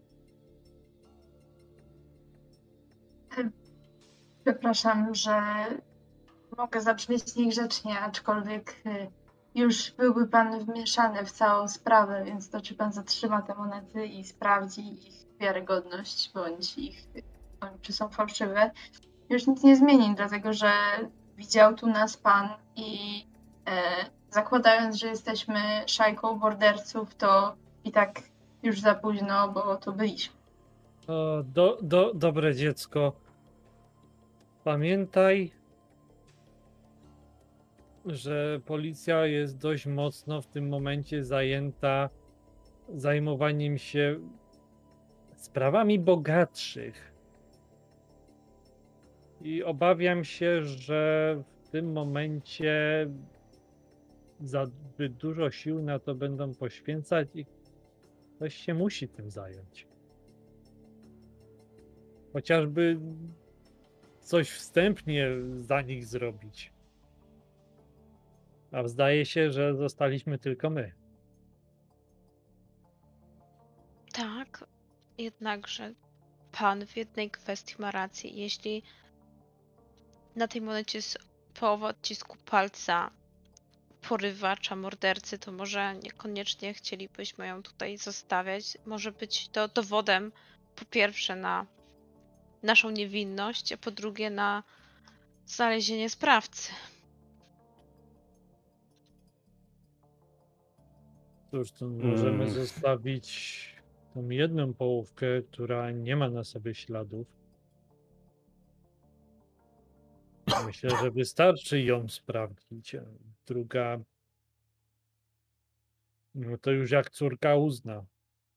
Przepraszam, że mogę zabrzmieć niegrzecznie, aczkolwiek y, już byłby pan wmieszany w całą sprawę, więc to czy pan zatrzyma te monety i sprawdzi ich wiarygodność, bądź ich, bądź czy są fałszywe, już nic nie zmieni, dlatego że widział tu nas pan i e, zakładając, że jesteśmy szajką morderców, to i tak już za późno, bo tu byliśmy. O, do, do, dobre dziecko. Pamiętaj, że policja jest dość mocno w tym momencie zajęta zajmowaniem się sprawami bogatszych. I obawiam się, że w tym momencie zbyt dużo sił na to będą poświęcać i ktoś się musi tym zająć. Chociażby coś wstępnie za nich zrobić. A zdaje się, że zostaliśmy tylko my. Tak, jednakże pan w jednej kwestii ma rację. Jeśli na tej monecie jest połowa odcisku palca porywacza, mordercy, to może niekoniecznie chcielibyśmy ją tutaj zostawiać. Może być to dowodem po pierwsze na naszą niewinność, a po drugie na znalezienie sprawcy. Cóż, to możemy Mm. zostawić tą jedną połówkę, która nie ma na sobie śladów. Myślę, że wystarczy ją sprawdzić. Druga, no to już jak córka uzna.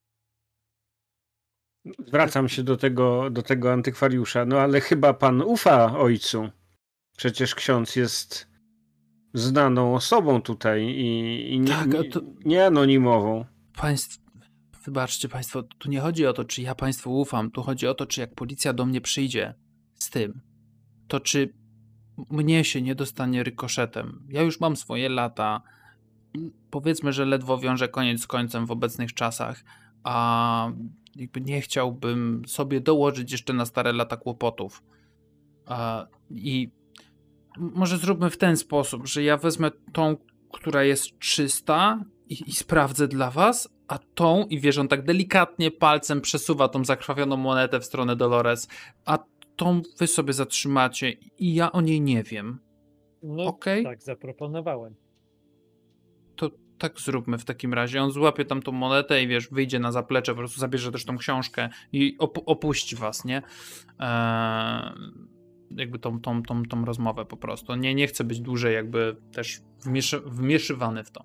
Zwracam się do tego, do tego antykwariusza. No ale chyba pan ufa ojcu. Przecież ksiądz jest znaną osobą tutaj i, i nie, Tak, a nie, to- nie anonimową. Państw, wybaczcie Państwo, tu nie chodzi o to, czy ja Państwu ufam, tu chodzi o to, czy jak policja do mnie przyjdzie z tym, to czy mnie się nie dostanie rykoszetem. Ja już mam swoje lata, powiedzmy, że ledwo wiążę koniec z końcem w obecnych czasach, a jakby nie chciałbym sobie dołożyć jeszcze na stare lata kłopotów. A, I może zróbmy w ten sposób, że ja wezmę tą, która jest czysta i, i sprawdzę dla was, a tą, i wiesz, on tak delikatnie palcem przesuwa tą zakrwawioną monetę w stronę Dolores, a tą wy sobie zatrzymacie i ja o niej nie wiem. No Okej. tak zaproponowałem. To tak zróbmy w takim razie. On złapie tam tą monetę i wiesz, wyjdzie na zaplecze, po prostu zabierze też tą książkę i op- opuści was, nie? Eee, jakby tą, tą, tą, tą rozmowę po prostu. Nie, nie chcę być dłużej jakby też wmieszy- wmieszywany w to.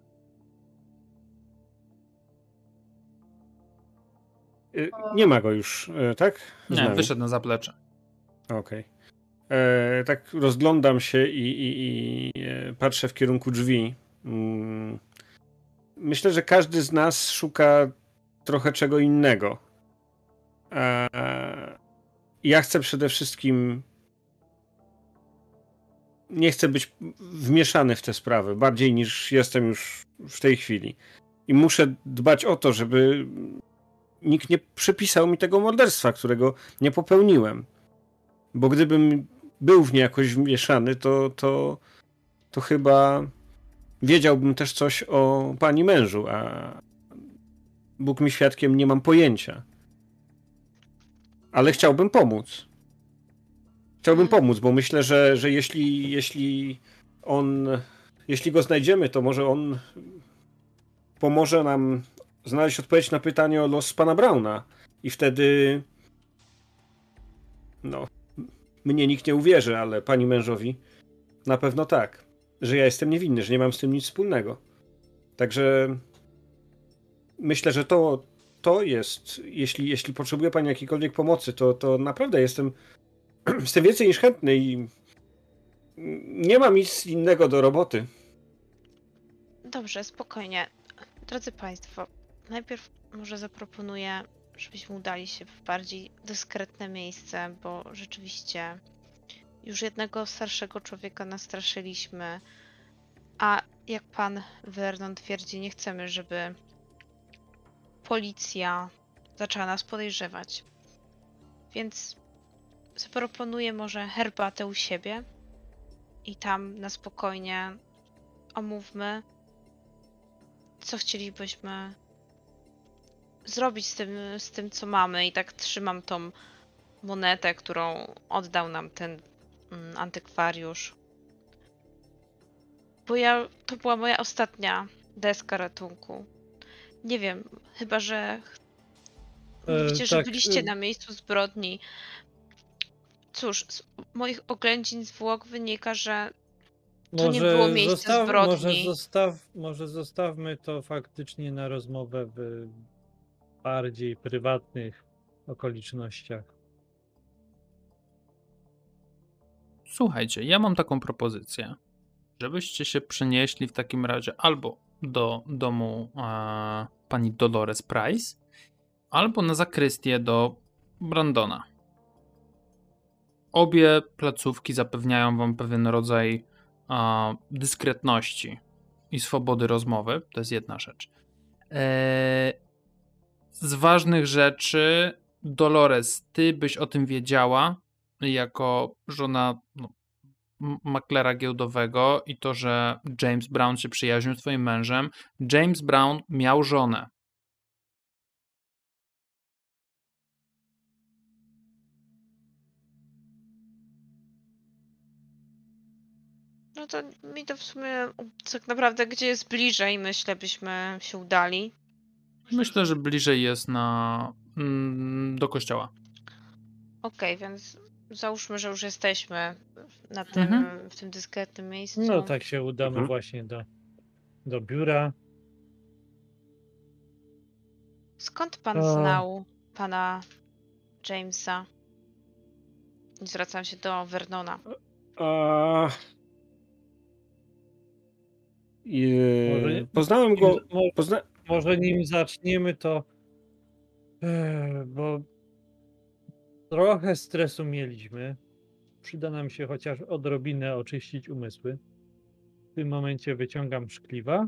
Y, Nie ma go już, y, tak? Z Nie, nami. wyszedł na zaplecze. Okej. E, Tak rozglądam się i, i, i e, patrzę w kierunku drzwi. Mm. Myślę, że każdy z nas szuka trochę czego innego. E, Ja chcę przede wszystkim nie chcę być wmieszany w tę sprawę, bardziej niż jestem już w tej chwili. I muszę dbać o to, żeby nikt nie przypisał mi tego morderstwa, którego nie popełniłem. Bo gdybym był w nie jakoś wmieszany, to, to, to chyba wiedziałbym też coś o pani mężu, a Bóg mi świadkiem, nie mam pojęcia. Ale chciałbym pomóc. Chciałbym pomóc, bo myślę, że, że jeśli, jeśli on, jeśli go znajdziemy, to może on pomoże nam znaleźć odpowiedź na pytanie o los pana Brauna. I wtedy no, mnie nikt nie uwierzy, ale pani mężowi na pewno tak, że ja jestem niewinny, że nie mam z tym nic wspólnego. Także myślę, że to, to jest, jeśli, jeśli potrzebuje pani jakiejkolwiek pomocy, to, to naprawdę jestem, jestem więcej niż chętny i nie mam nic innego do roboty. Dobrze, spokojnie. Drodzy Państwo, najpierw może zaproponuję, żebyśmy udali się w bardziej dyskretne miejsce, bo rzeczywiście już jednego starszego człowieka nastraszyliśmy, a jak pan Vernon twierdzi, nie chcemy, żeby policja zaczęła nas podejrzewać. Więc zaproponuję może herbatę u siebie i tam na spokojnie omówmy, co chcielibyśmy zrobić z tym, z tym, co mamy. I tak trzymam tą monetę, którą oddał nam ten mm, antykwariusz. Bo ja, to była moja ostatnia deska ratunku. Nie wiem, chyba że mówicie, E, że tak, byliście y- na miejscu zbrodni. Cóż, z moich oględzin zwłok wynika, że to nie było miejsce zostaw, zbrodni. Może, zostaw, może zostawmy to faktycznie na rozmowę w bardziej prywatnych okolicznościach. Słuchajcie, ja mam taką propozycję, żebyście się przenieśli w takim razie albo do domu e, pani Dolores Price, albo na zakrystię do Brandona. Obie placówki zapewniają wam pewien rodzaj e, dyskretności i swobody rozmowy. To jest jedna rzecz. E, z ważnych rzeczy, Dolores, ty byś o tym wiedziała, jako żona no, maklera giełdowego i to, że James Brown się przyjaźnił z twoim mężem. James Brown miał żonę. No to mi to w sumie tak naprawdę gdzie jest bliżej, myślę, byśmy się udali. Myślę, że bliżej jest na mm, do kościoła. Okej, więc załóżmy, że już jesteśmy na tym, Mhm. w tym dyskretnym miejscu. No tak się udamy Mhm. właśnie do, do biura. Skąd pan O. znał pana Jamesa? Zwracam się do Vernona. A... I, Może- poznałem go. Może, Pozna... może nim zaczniemy to, e, bo trochę stresu mieliśmy. Przyda nam się chociaż odrobinę oczyścić umysły. W tym momencie wyciągam szkliwa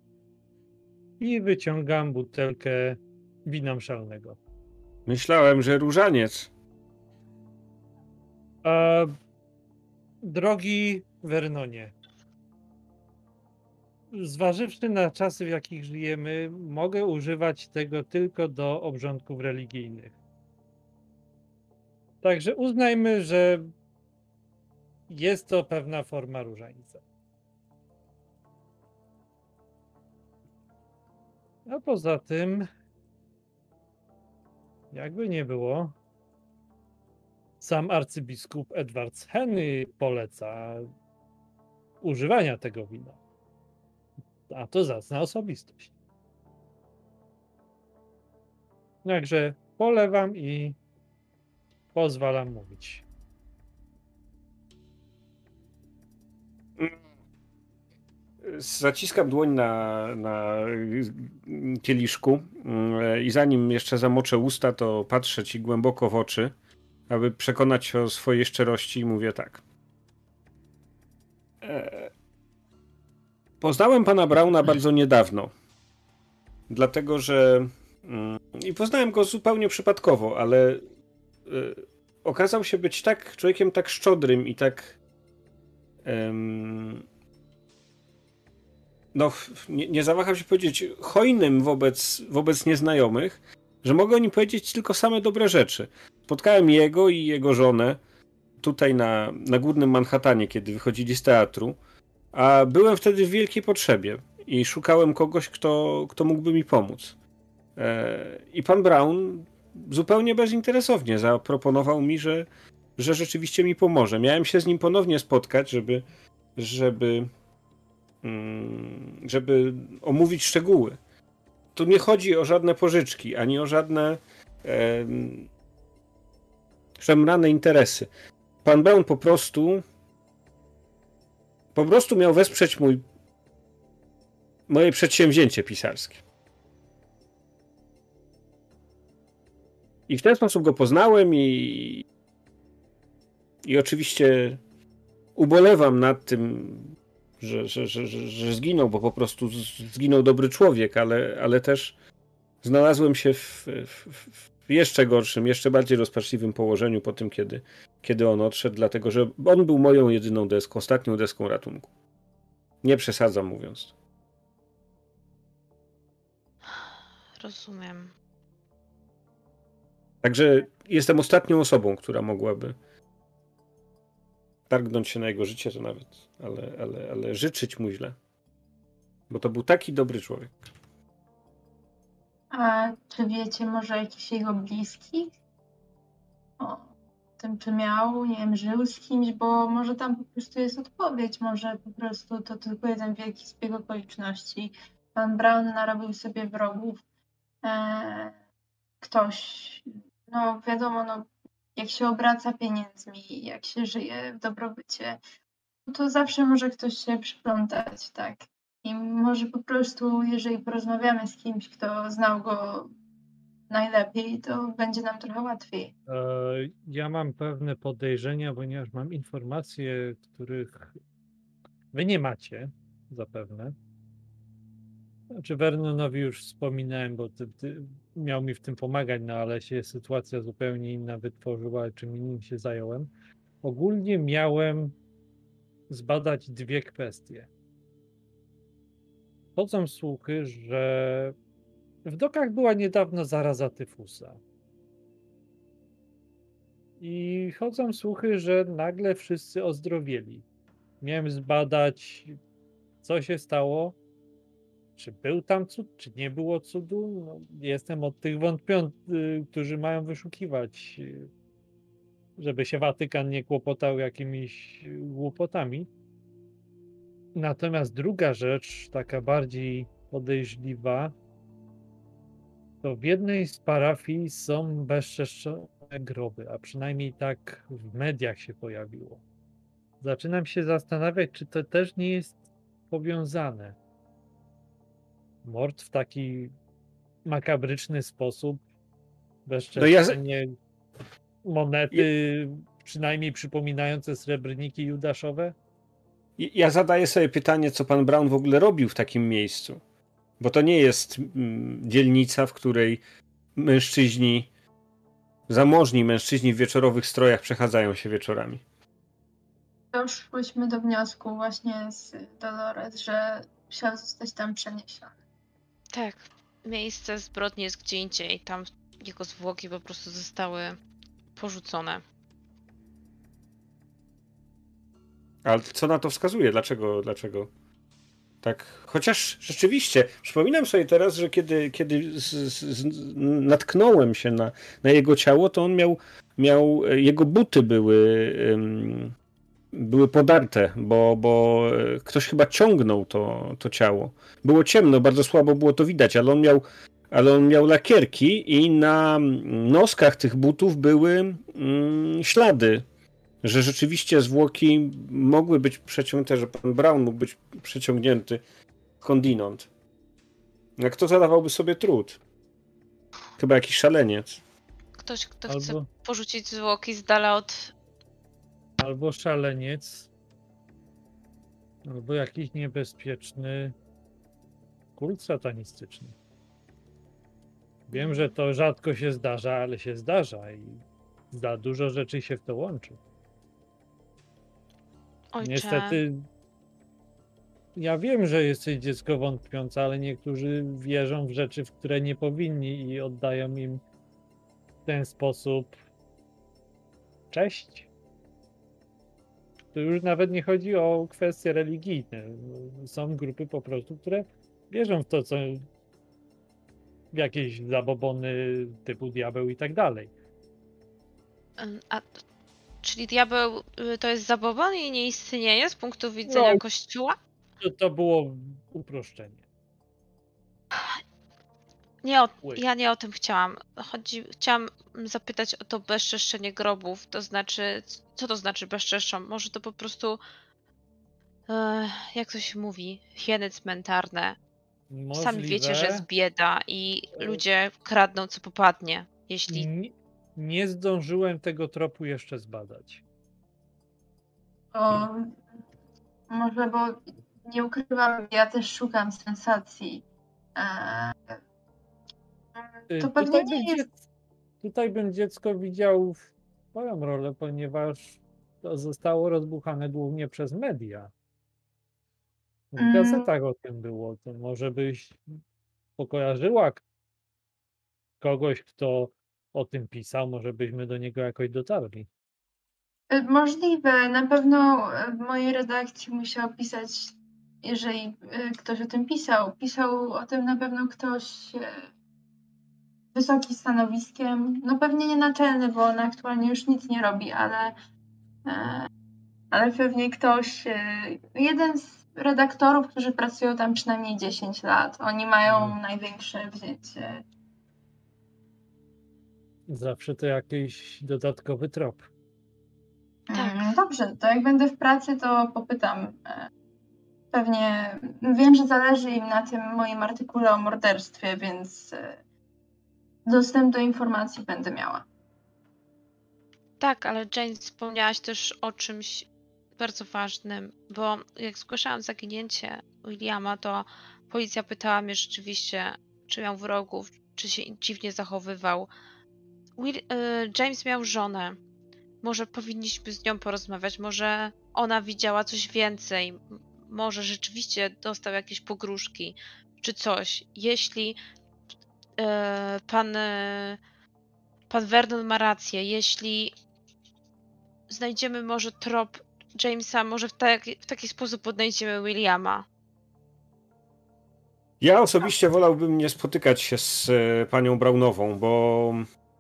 i wyciągam butelkę wina mszalnego. Myślałem, że różaniec. A, drogi Vernonie, zważywszy na czasy, w jakich żyjemy, mogę używać tego tylko do obrządków religijnych. Także uznajmy, że jest to pewna forma różańca. A poza tym, jakby nie było, sam arcybiskup Edward Henry poleca używania tego wina. A to zacna osobistość. Także polewam i pozwalam mówić. Zaciskam dłoń na, na kieliszku i zanim jeszcze zamoczę usta, to patrzę ci głęboko w oczy, aby przekonać się o swojej szczerości i mówię tak. E, poznałem pana Brauna bardzo niedawno. Dlatego, że mm, i poznałem go zupełnie przypadkowo, ale y, okazał się być tak człowiekiem tak szczodrym i tak ym, no, nie, nie zawaham się powiedzieć, hojnym wobec, wobec nieznajomych, że mogę o nim powiedzieć tylko same dobre rzeczy. Spotkałem jego i jego żonę tutaj na, na górnym Manhattanie, kiedy wychodzili z teatru, a byłem wtedy w wielkiej potrzebie i szukałem kogoś, kto, kto mógłby mi pomóc. E, I pan Brown zupełnie bezinteresownie zaproponował mi, że, że rzeczywiście mi pomoże. Miałem się z nim ponownie spotkać, żeby, żeby, mm, żeby omówić szczegóły. Tu nie chodzi o żadne pożyczki, ani o żadne e, szemrane interesy. Pan Brown po prostu po prostu miał wesprzeć mój moje przedsięwzięcie pisarskie. I w ten sposób go poznałem i i oczywiście ubolewam nad tym, że, że, że, że, że zginął, bo po prostu zginął dobry człowiek, ale, ale też znalazłem się w, w, w jeszcze gorszym, jeszcze bardziej rozpaczliwym położeniu po tym, kiedy, kiedy on odszedł, dlatego że on był moją jedyną deską, ostatnią deską ratunku. Nie przesadzam mówiąc. Rozumiem. Także jestem ostatnią osobą, która mogłaby targnąć się na jego życie, to nawet, ale, ale, ale życzyć mu źle. Bo to był taki dobry człowiek. A czy wiecie może jakichś jego bliskich? O tym, czy miał, nie wiem, żył z kimś, bo może tam po prostu jest odpowiedź, może po prostu to tylko jeden wielki zbieg okoliczności. Pan Brown narobił sobie wrogów. Eee, ktoś, no wiadomo, no, jak się obraca pieniędzmi, jak się żyje w dobrobycie, no to zawsze może ktoś się przyplątać, tak. I może po prostu, jeżeli porozmawiamy z kimś, kto znał go najlepiej, to będzie nam trochę łatwiej. E, Ja mam pewne podejrzenia, ponieważ mam informacje, których wy nie macie zapewne. Znaczy Vernonowi już wspominałem, bo ty, ty miał mi w tym pomagać, no ale się sytuacja zupełnie inna wytworzyła, czym innym się zająłem. Ogólnie miałem zbadać dwie kwestie. Chodzą słuchy, że w dokach była niedawno zaraza tyfusa. I chodzą słuchy, że nagle wszyscy ozdrowieli. Miałem zbadać, co się stało, czy był tam cud, czy nie było cudu. No, jestem od tych wątpiących, którzy mają wyszukiwać, żeby się Watykan nie kłopotał jakimiś głupotami. Natomiast druga rzecz, taka bardziej podejrzliwa, to w jednej z parafii są bezczeszczone groby, a przynajmniej tak w mediach się pojawiło. Zaczynam się zastanawiać, czy to też nie jest powiązane. Mord w taki makabryczny sposób, bezczeszczenie no ja... monety, ja... przynajmniej przypominające srebrniki judaszowe. Ja zadaję sobie pytanie, co pan Brown w ogóle robił w takim miejscu. Bo to nie jest mm, dzielnica, w której mężczyźni, zamożni mężczyźni w wieczorowych strojach przechadzają się wieczorami. Doszłyśmy do wniosku właśnie z Dolores, że musiał zostać tam przeniesiony. Tak, miejsce zbrodni jest gdzie indziej. Tam jego zwłoki po prostu zostały porzucone. Ale co na to wskazuje? Dlaczego? Dlaczego? Tak, chociaż rzeczywiście, przypominam sobie teraz, że kiedy, kiedy z, z, z, natknąłem się na, na jego ciało, to on miał, miał jego buty były, um, były podarte, bo, bo ktoś chyba ciągnął to, to ciało. Było ciemno, bardzo słabo było to widać, ale on miał, ale on miał lakierki i na noskach tych butów były um, ślady, że rzeczywiście zwłoki mogły być przeciągnięte, że pan Brown mógł być przeciągnięty skądinąd. Jak kto zadawałby sobie trud? Chyba jakiś szaleniec. Ktoś, kto Albo... chce porzucić zwłoki z dala od... Albo szaleniec, Albo jakiś niebezpieczny kult satanistyczny. Wiem, że to rzadko się zdarza, ale się zdarza i za dużo rzeczy się w to łączy. Ojcze, Niestety, ja wiem, że jesteś dziecko wątpiące, ale niektórzy wierzą w rzeczy, w które nie powinni i oddają im w ten sposób cześć. To już nawet nie chodzi o kwestie religijne. Są grupy po prostu, które wierzą w to, co w jakieś zabobony typu diabeł i tak dalej. ym, a t- czyli diabeł y, to jest zabobon i nie istnieje z punktu widzenia No. Kościoła? To, to było uproszczenie. Nie o, Ły. ja nie o tym chciałam. Chodzi, chciałam zapytać o to bezczeszczenie grobów. To znaczy, co to znaczy bezczeszczą? Może to po prostu, e, jak to się mówi, hieny cmentarne. Sami wiecie, że jest Możliwe. bieda i E, ludzie kradną co popadnie. Jeśli Nie, nie zdążyłem tego tropu jeszcze zbadać. Bo może, bo nie ukrywam, ja też szukam sensacji. Eee, Y, To pewnie Tutaj nie bym, jest. dziec, tutaj bym dziecko widział swoją rolę, ponieważ to zostało rozbuchane głównie przez media. W Mm, gazetach o tym było. To może byś pokojarzyła k- kogoś, kto o tym pisał, może byśmy do niego jakoś dotarli. y, Możliwe, na pewno y, w mojej redakcji musiał pisać, jeżeli y, ktoś o tym pisał. Pisał o tym na pewno ktoś y, wysoki stanowiskiem. No pewnie nie naczelny, bo on aktualnie już nic nie robi, ale, e, ale pewnie ktoś, e, jeden z redaktorów, którzy pracują tam przynajmniej dziesięć lat. Oni mają Mhm. największe wzięcie. Zawsze to jakiś dodatkowy trop. Tak. Mm, Dobrze, to jak będę w pracy, to popytam. e, Pewnie wiem, że zależy im na tym moim artykule o morderstwie, więc e, dostęp do informacji będę miała. tak, ale Jane, wspomniałaś też o czymś bardzo ważnym, bo jak zgłaszałam zaginięcie Williama, to policja pytała mnie rzeczywiście, czy miał wrogów, czy się dziwnie zachowywał. Will, y, James miał żonę. Może powinniśmy z nią porozmawiać, może ona widziała coś więcej, m- może rzeczywiście dostał jakieś pogróżki, czy coś. Jeśli e, pan, e, pan Vernon ma rację, jeśli znajdziemy może trop Jamesa, może w, taki w taki sposób odnajdziemy Williama. Ja osobiście wolałbym nie spotykać się z e, panią Brownową, bo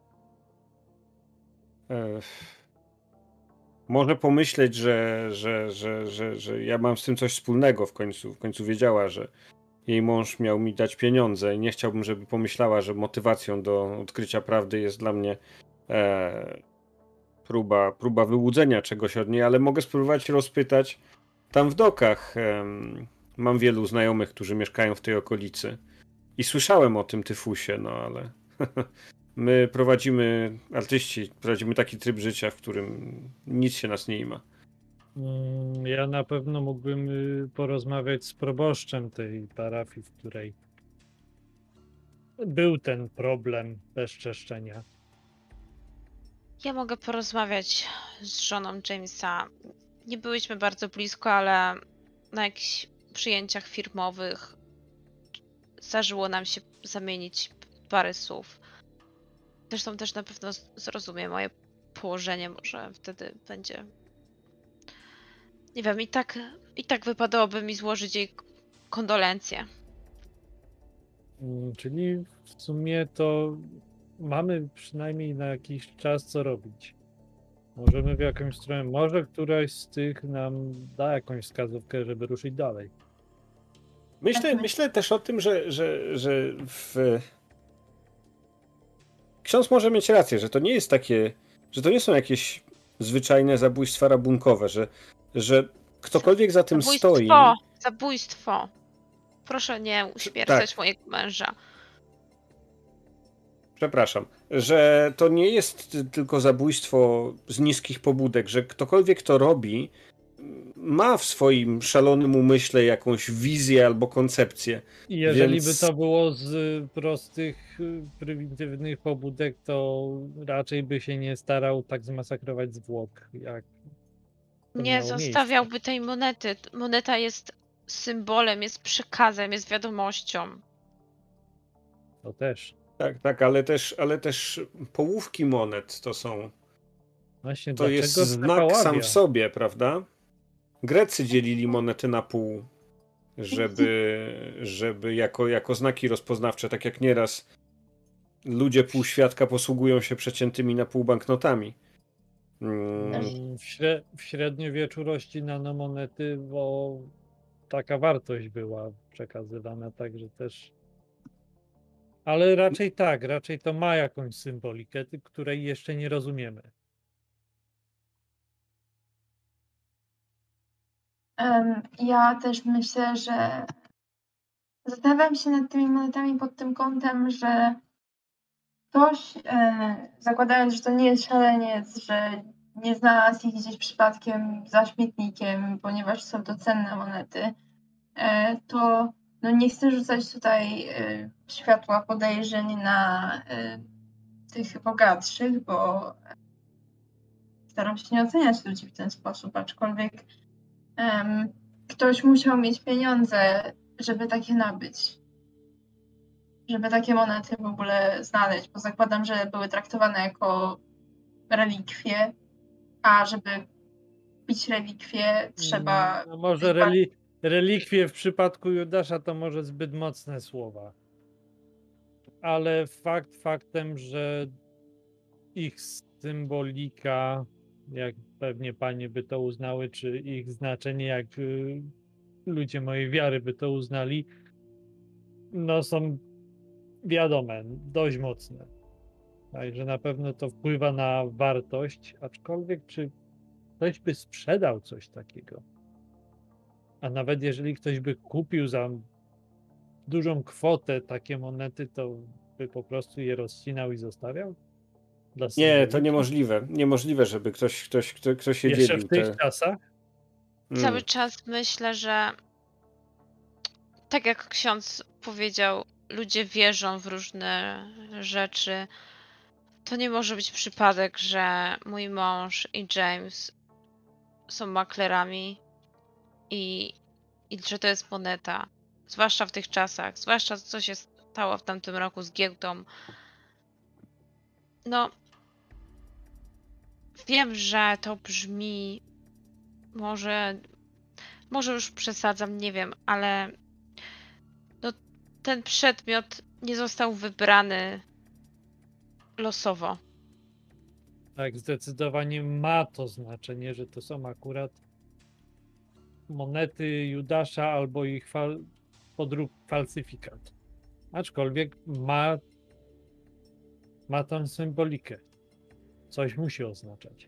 e, może pomyśleć, że, że, że, że, że ja mam z tym coś wspólnego w końcu. W końcu wiedziała, że jej mąż miał mi dać pieniądze i nie chciałbym, żeby pomyślała, że motywacją do odkrycia prawdy jest dla mnie e, próba, próba wyłudzenia czegoś od niej, ale mogę spróbować rozpytać tam w dokach. Em, mam wielu znajomych, którzy mieszkają w tej okolicy i słyszałem o tym tyfusie, no ale my prowadzimy, artyści, prowadzimy taki tryb życia, w którym nic się nas nie ima. Mm, Ja na pewno mógłbym y, porozmawiać z proboszczem tej parafii, w której był ten problem bezczeszczenia. Ja mogę porozmawiać z żoną Jamesa. Nie byliśmy bardzo blisko, ale na jakichś przyjęciach firmowych zdarzyło nam się zamienić parę słów. Zresztą też na pewno z- zrozumie moje położenie, może wtedy będzie. Nie wiem, i tak, i tak wypadałoby mi złożyć jej k- kondolencje. Mm, Czyli w sumie to mamy przynajmniej na jakiś czas co robić. Możemy w jakąś stronę, może któraś z tych nam da jakąś wskazówkę, żeby ruszyć dalej. Myślę, myślę też o tym, że, że, że w... ksiądz może mieć rację, że to nie jest takie, że to nie są jakieś zwyczajne zabójstwa rabunkowe, że, że ktokolwiek za tym Zabójstwo! stoi. Zabójstwo! Proszę nie tak. uśmiercać mojego męża. Przepraszam, że to nie jest tylko zabójstwo z niskich pobudek, że ktokolwiek to robi, ma w swoim szalonym umyśle jakąś wizję albo koncepcję. I jeżeli Więc- by to było z y, prostych, y, prymitywnych pobudek, to raczej by się nie starał tak zmasakrować zwłok, jak to Nie miało zostawiałby tej monety. Moneta jest symbolem, jest przekazem, jest wiadomością. miejsce. To też. Tak, tak, ale też, ale też połówki monet to są. Właśnie To dlaczego jest te znak paławia? sam w sobie, prawda? Grecy dzielili monety na pół, żeby, żeby jako, jako znaki rozpoznawcze, tak jak nieraz ludzie półświadka posługują się przeciętymi na pół banknotami. Mm, Mm, W, śre w średniowieczu rościnano monety, bo taka wartość była przekazywana, także też. Ale raczej tak, raczej to ma jakąś symbolikę, ty- której jeszcze nie rozumiemy. Em, Ja też myślę, że zastanawiam się nad tymi monetami pod tym kątem, że ktoś, e, zakładając, że to nie jest szaleniec, że nie znalazł ich gdzieś przypadkiem za śmietnikiem, ponieważ są to cenne monety, e, to no nie chcę rzucać tutaj e, światła podejrzeń na e, tych bogatszych, bo staram się nie oceniać ludzi w ten sposób, aczkolwiek em, ktoś musiał mieć pieniądze, żeby takie nabyć. Żeby takie monety w ogóle znaleźć, bo zakładam, że były traktowane jako relikwie, a żeby kupić relikwie trzeba... Mm, No może reli relikwie w przypadku Judasza to może zbyt mocne słowa. Ale fakt faktem, że ich symbolika, jak pewnie panie by to uznały, czy ich znaczenie, jak y, ludzie mojej wiary by to uznali, no są wiadome, dość mocne. Także na pewno to wpływa na wartość, aczkolwiek czy ktoś by sprzedał coś takiego? A nawet jeżeli ktoś by kupił za dużą kwotę takie monety, to by po prostu je rozcinał i zostawiał? Dla nie, to symboliki? niemożliwe. Niemożliwe, żeby ktoś, ktoś, kto, ktoś je Jeszcze dzielił. w tych Te... czasach? Mm. Cały czas myślę, że tak jak ksiądz powiedział, ludzie wierzą w różne rzeczy. To nie może być przypadek, że mój mąż i James są maklerami i, i że to jest moneta. Zwłaszcza w tych czasach, zwłaszcza co się stało w tamtym roku z giełdą. No, wiem, że to brzmi może, może już przesadzam, nie wiem, ale no, ten przedmiot nie został wybrany losowo. Tak, zdecydowanie ma to znaczenie, że to są akurat monety Judasza albo ich fal podrób falsyfikat. Aczkolwiek ma, ma tą symbolikę. Coś musi oznaczać.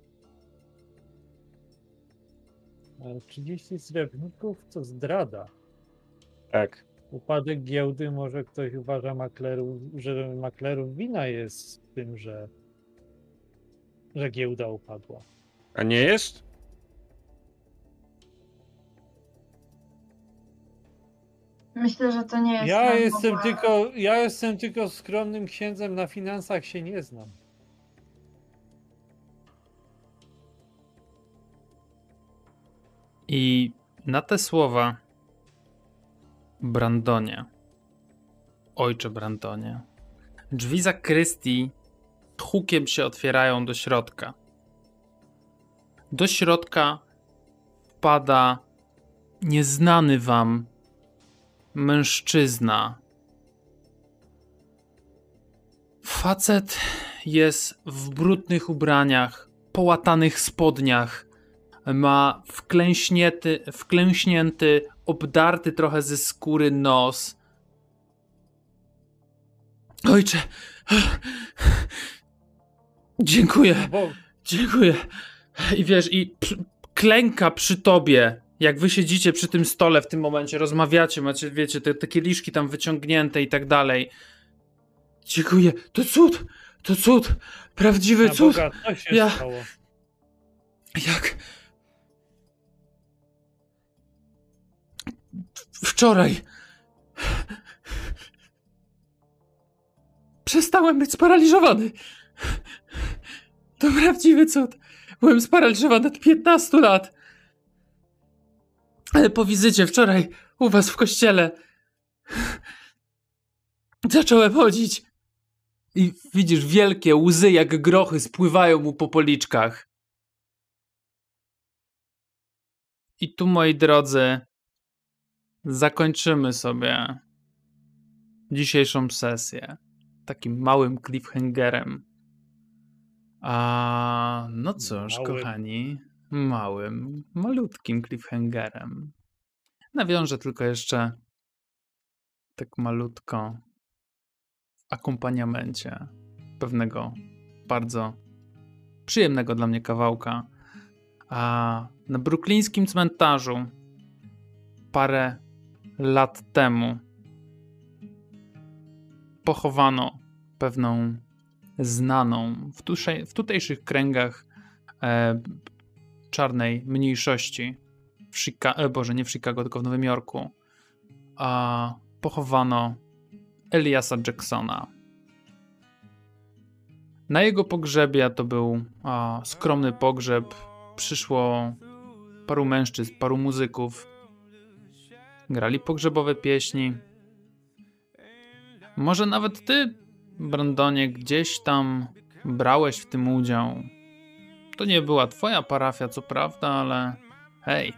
Ale trzydzieści srebrników to zdrada. Tak. Upadek giełdy, może ktoś uważa maklerów, że maklerów wina jest w tym, że, że giełda upadła. A nie jest? Myślę, że to nie jest... Ja rozmowa- jestem tylko, ja jestem tylko skromnym księdzem, na finansach się nie znam. I na te słowa, Brandonie, ojcze Brandonie, drzwi zakrystii hukiem się otwierają do środka. Do środka wpada nieznany wam mężczyzna. Facet jest w brudnych ubraniach, połatanych spodniach, ma wklęśnięty, wklęśnięty, obdarty trochę ze skóry nos. Ojcze, dziękuję, Bo dziękuję. I wiesz, i przy, klęka przy tobie, jak wy siedzicie przy tym stole w tym momencie, rozmawiacie, macie, wiecie, te, te kieliszki tam wyciągnięte i tak dalej. Dziękuję, to cud, to cud, prawdziwy na cud. Boga, co się Ja- stało? Jak... Wczoraj przestałem być sparaliżowany. To prawdziwy cud. Byłem sparaliżowany od piętnastu lat. Ale po wizycie wczoraj u was w kościele zacząłem chodzić. I widzisz, wielkie łzy jak grochy spływają mu po policzkach. I tu, moi drodzy, zakończymy sobie dzisiejszą sesję takim małym cliffhangerem. A no cóż, Małym. kochani, małym, malutkim cliffhangerem. Nawiążę tylko jeszcze tak malutko w akompaniamencie pewnego bardzo przyjemnego dla mnie kawałka. A na brooklińskim cmentarzu parę lat temu pochowano pewną znaną w, tusze, w tutejszych kręgach e, czarnej mniejszości w Chica- e, Boże, nie w Chicago, tylko w Nowym Jorku, a pochowano Eliasa Jacksona. Na jego pogrzebie, to był a, skromny pogrzeb, przyszło paru mężczyzn, paru muzyków, grali pogrzebowe pieśni. Może nawet ty, Brandonie, gdzieś tam brałeś w tym udział. To nie była twoja parafia, co prawda, ale hej.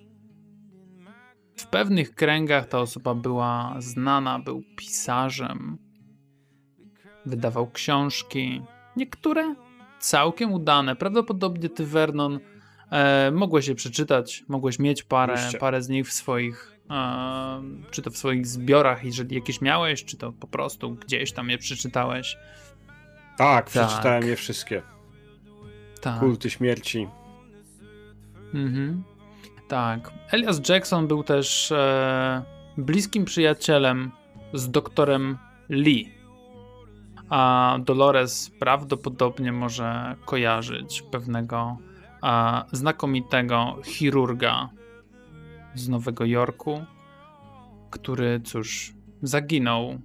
W pewnych kręgach ta osoba była znana, był pisarzem. Wydawał książki. Niektóre całkiem udane. Prawdopodobnie ty, Vernon, e, mogłeś je przeczytać, mogłeś mieć parę, parę z nich w swoich, e, czy to w swoich zbiorach, jeżeli jakieś miałeś, czy to po prostu gdzieś tam je przeczytałeś. Tak, przeczytałem je wszystkie. Tak. Kulty śmierci. Mhm. Tak. Elias Jackson był też e, bliskim przyjacielem z doktorem Lee. A Dolores prawdopodobnie może kojarzyć pewnego e, znakomitego chirurga z Nowego Jorku, który, cóż, zaginął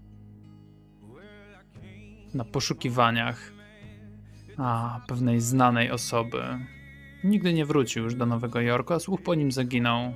na poszukiwaniach a, pewnej znanej osoby. Nigdy nie wrócił już do Nowego Jorku, a słuch po nim zaginął.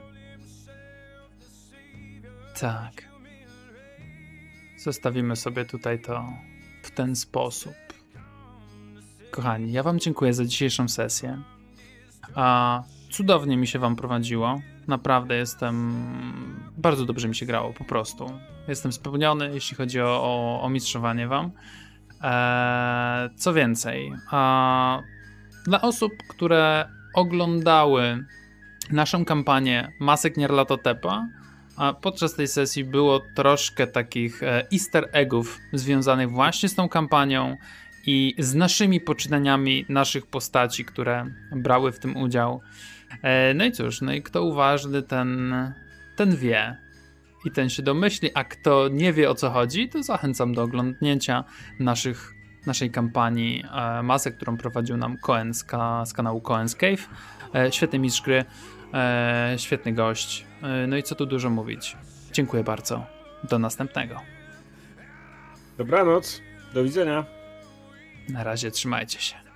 Tak. Zostawimy sobie tutaj to w ten sposób. Kochani, ja wam dziękuję za dzisiejszą sesję. A cudownie mi się wam prowadziło. Naprawdę jestem... Bardzo dobrze mi się grało, po prostu. Jestem spełniony, jeśli chodzi o, o, o mistrzowanie wam. Eee, co więcej, a dla osób, które oglądały naszą kampanię Masek Nyarlathotepa, a podczas tej sesji było troszkę takich easter eggów związanych właśnie z tą kampanią i z naszymi poczynaniami naszych postaci, które brały w tym udział. No i cóż, no i kto uważny, ten, ten wie i ten się domyśli, a kto nie wie, o co chodzi, to zachęcam do oglądnięcia naszych, naszej kampanii e, Masek, którą prowadził nam Cohen z, ka, z kanału Cohen's Cave. E, świetny mistrz gry, e, świetny gość. E, no i co tu dużo mówić. Dziękuję bardzo. Do następnego. Dobranoc. Do widzenia. Na razie, trzymajcie się.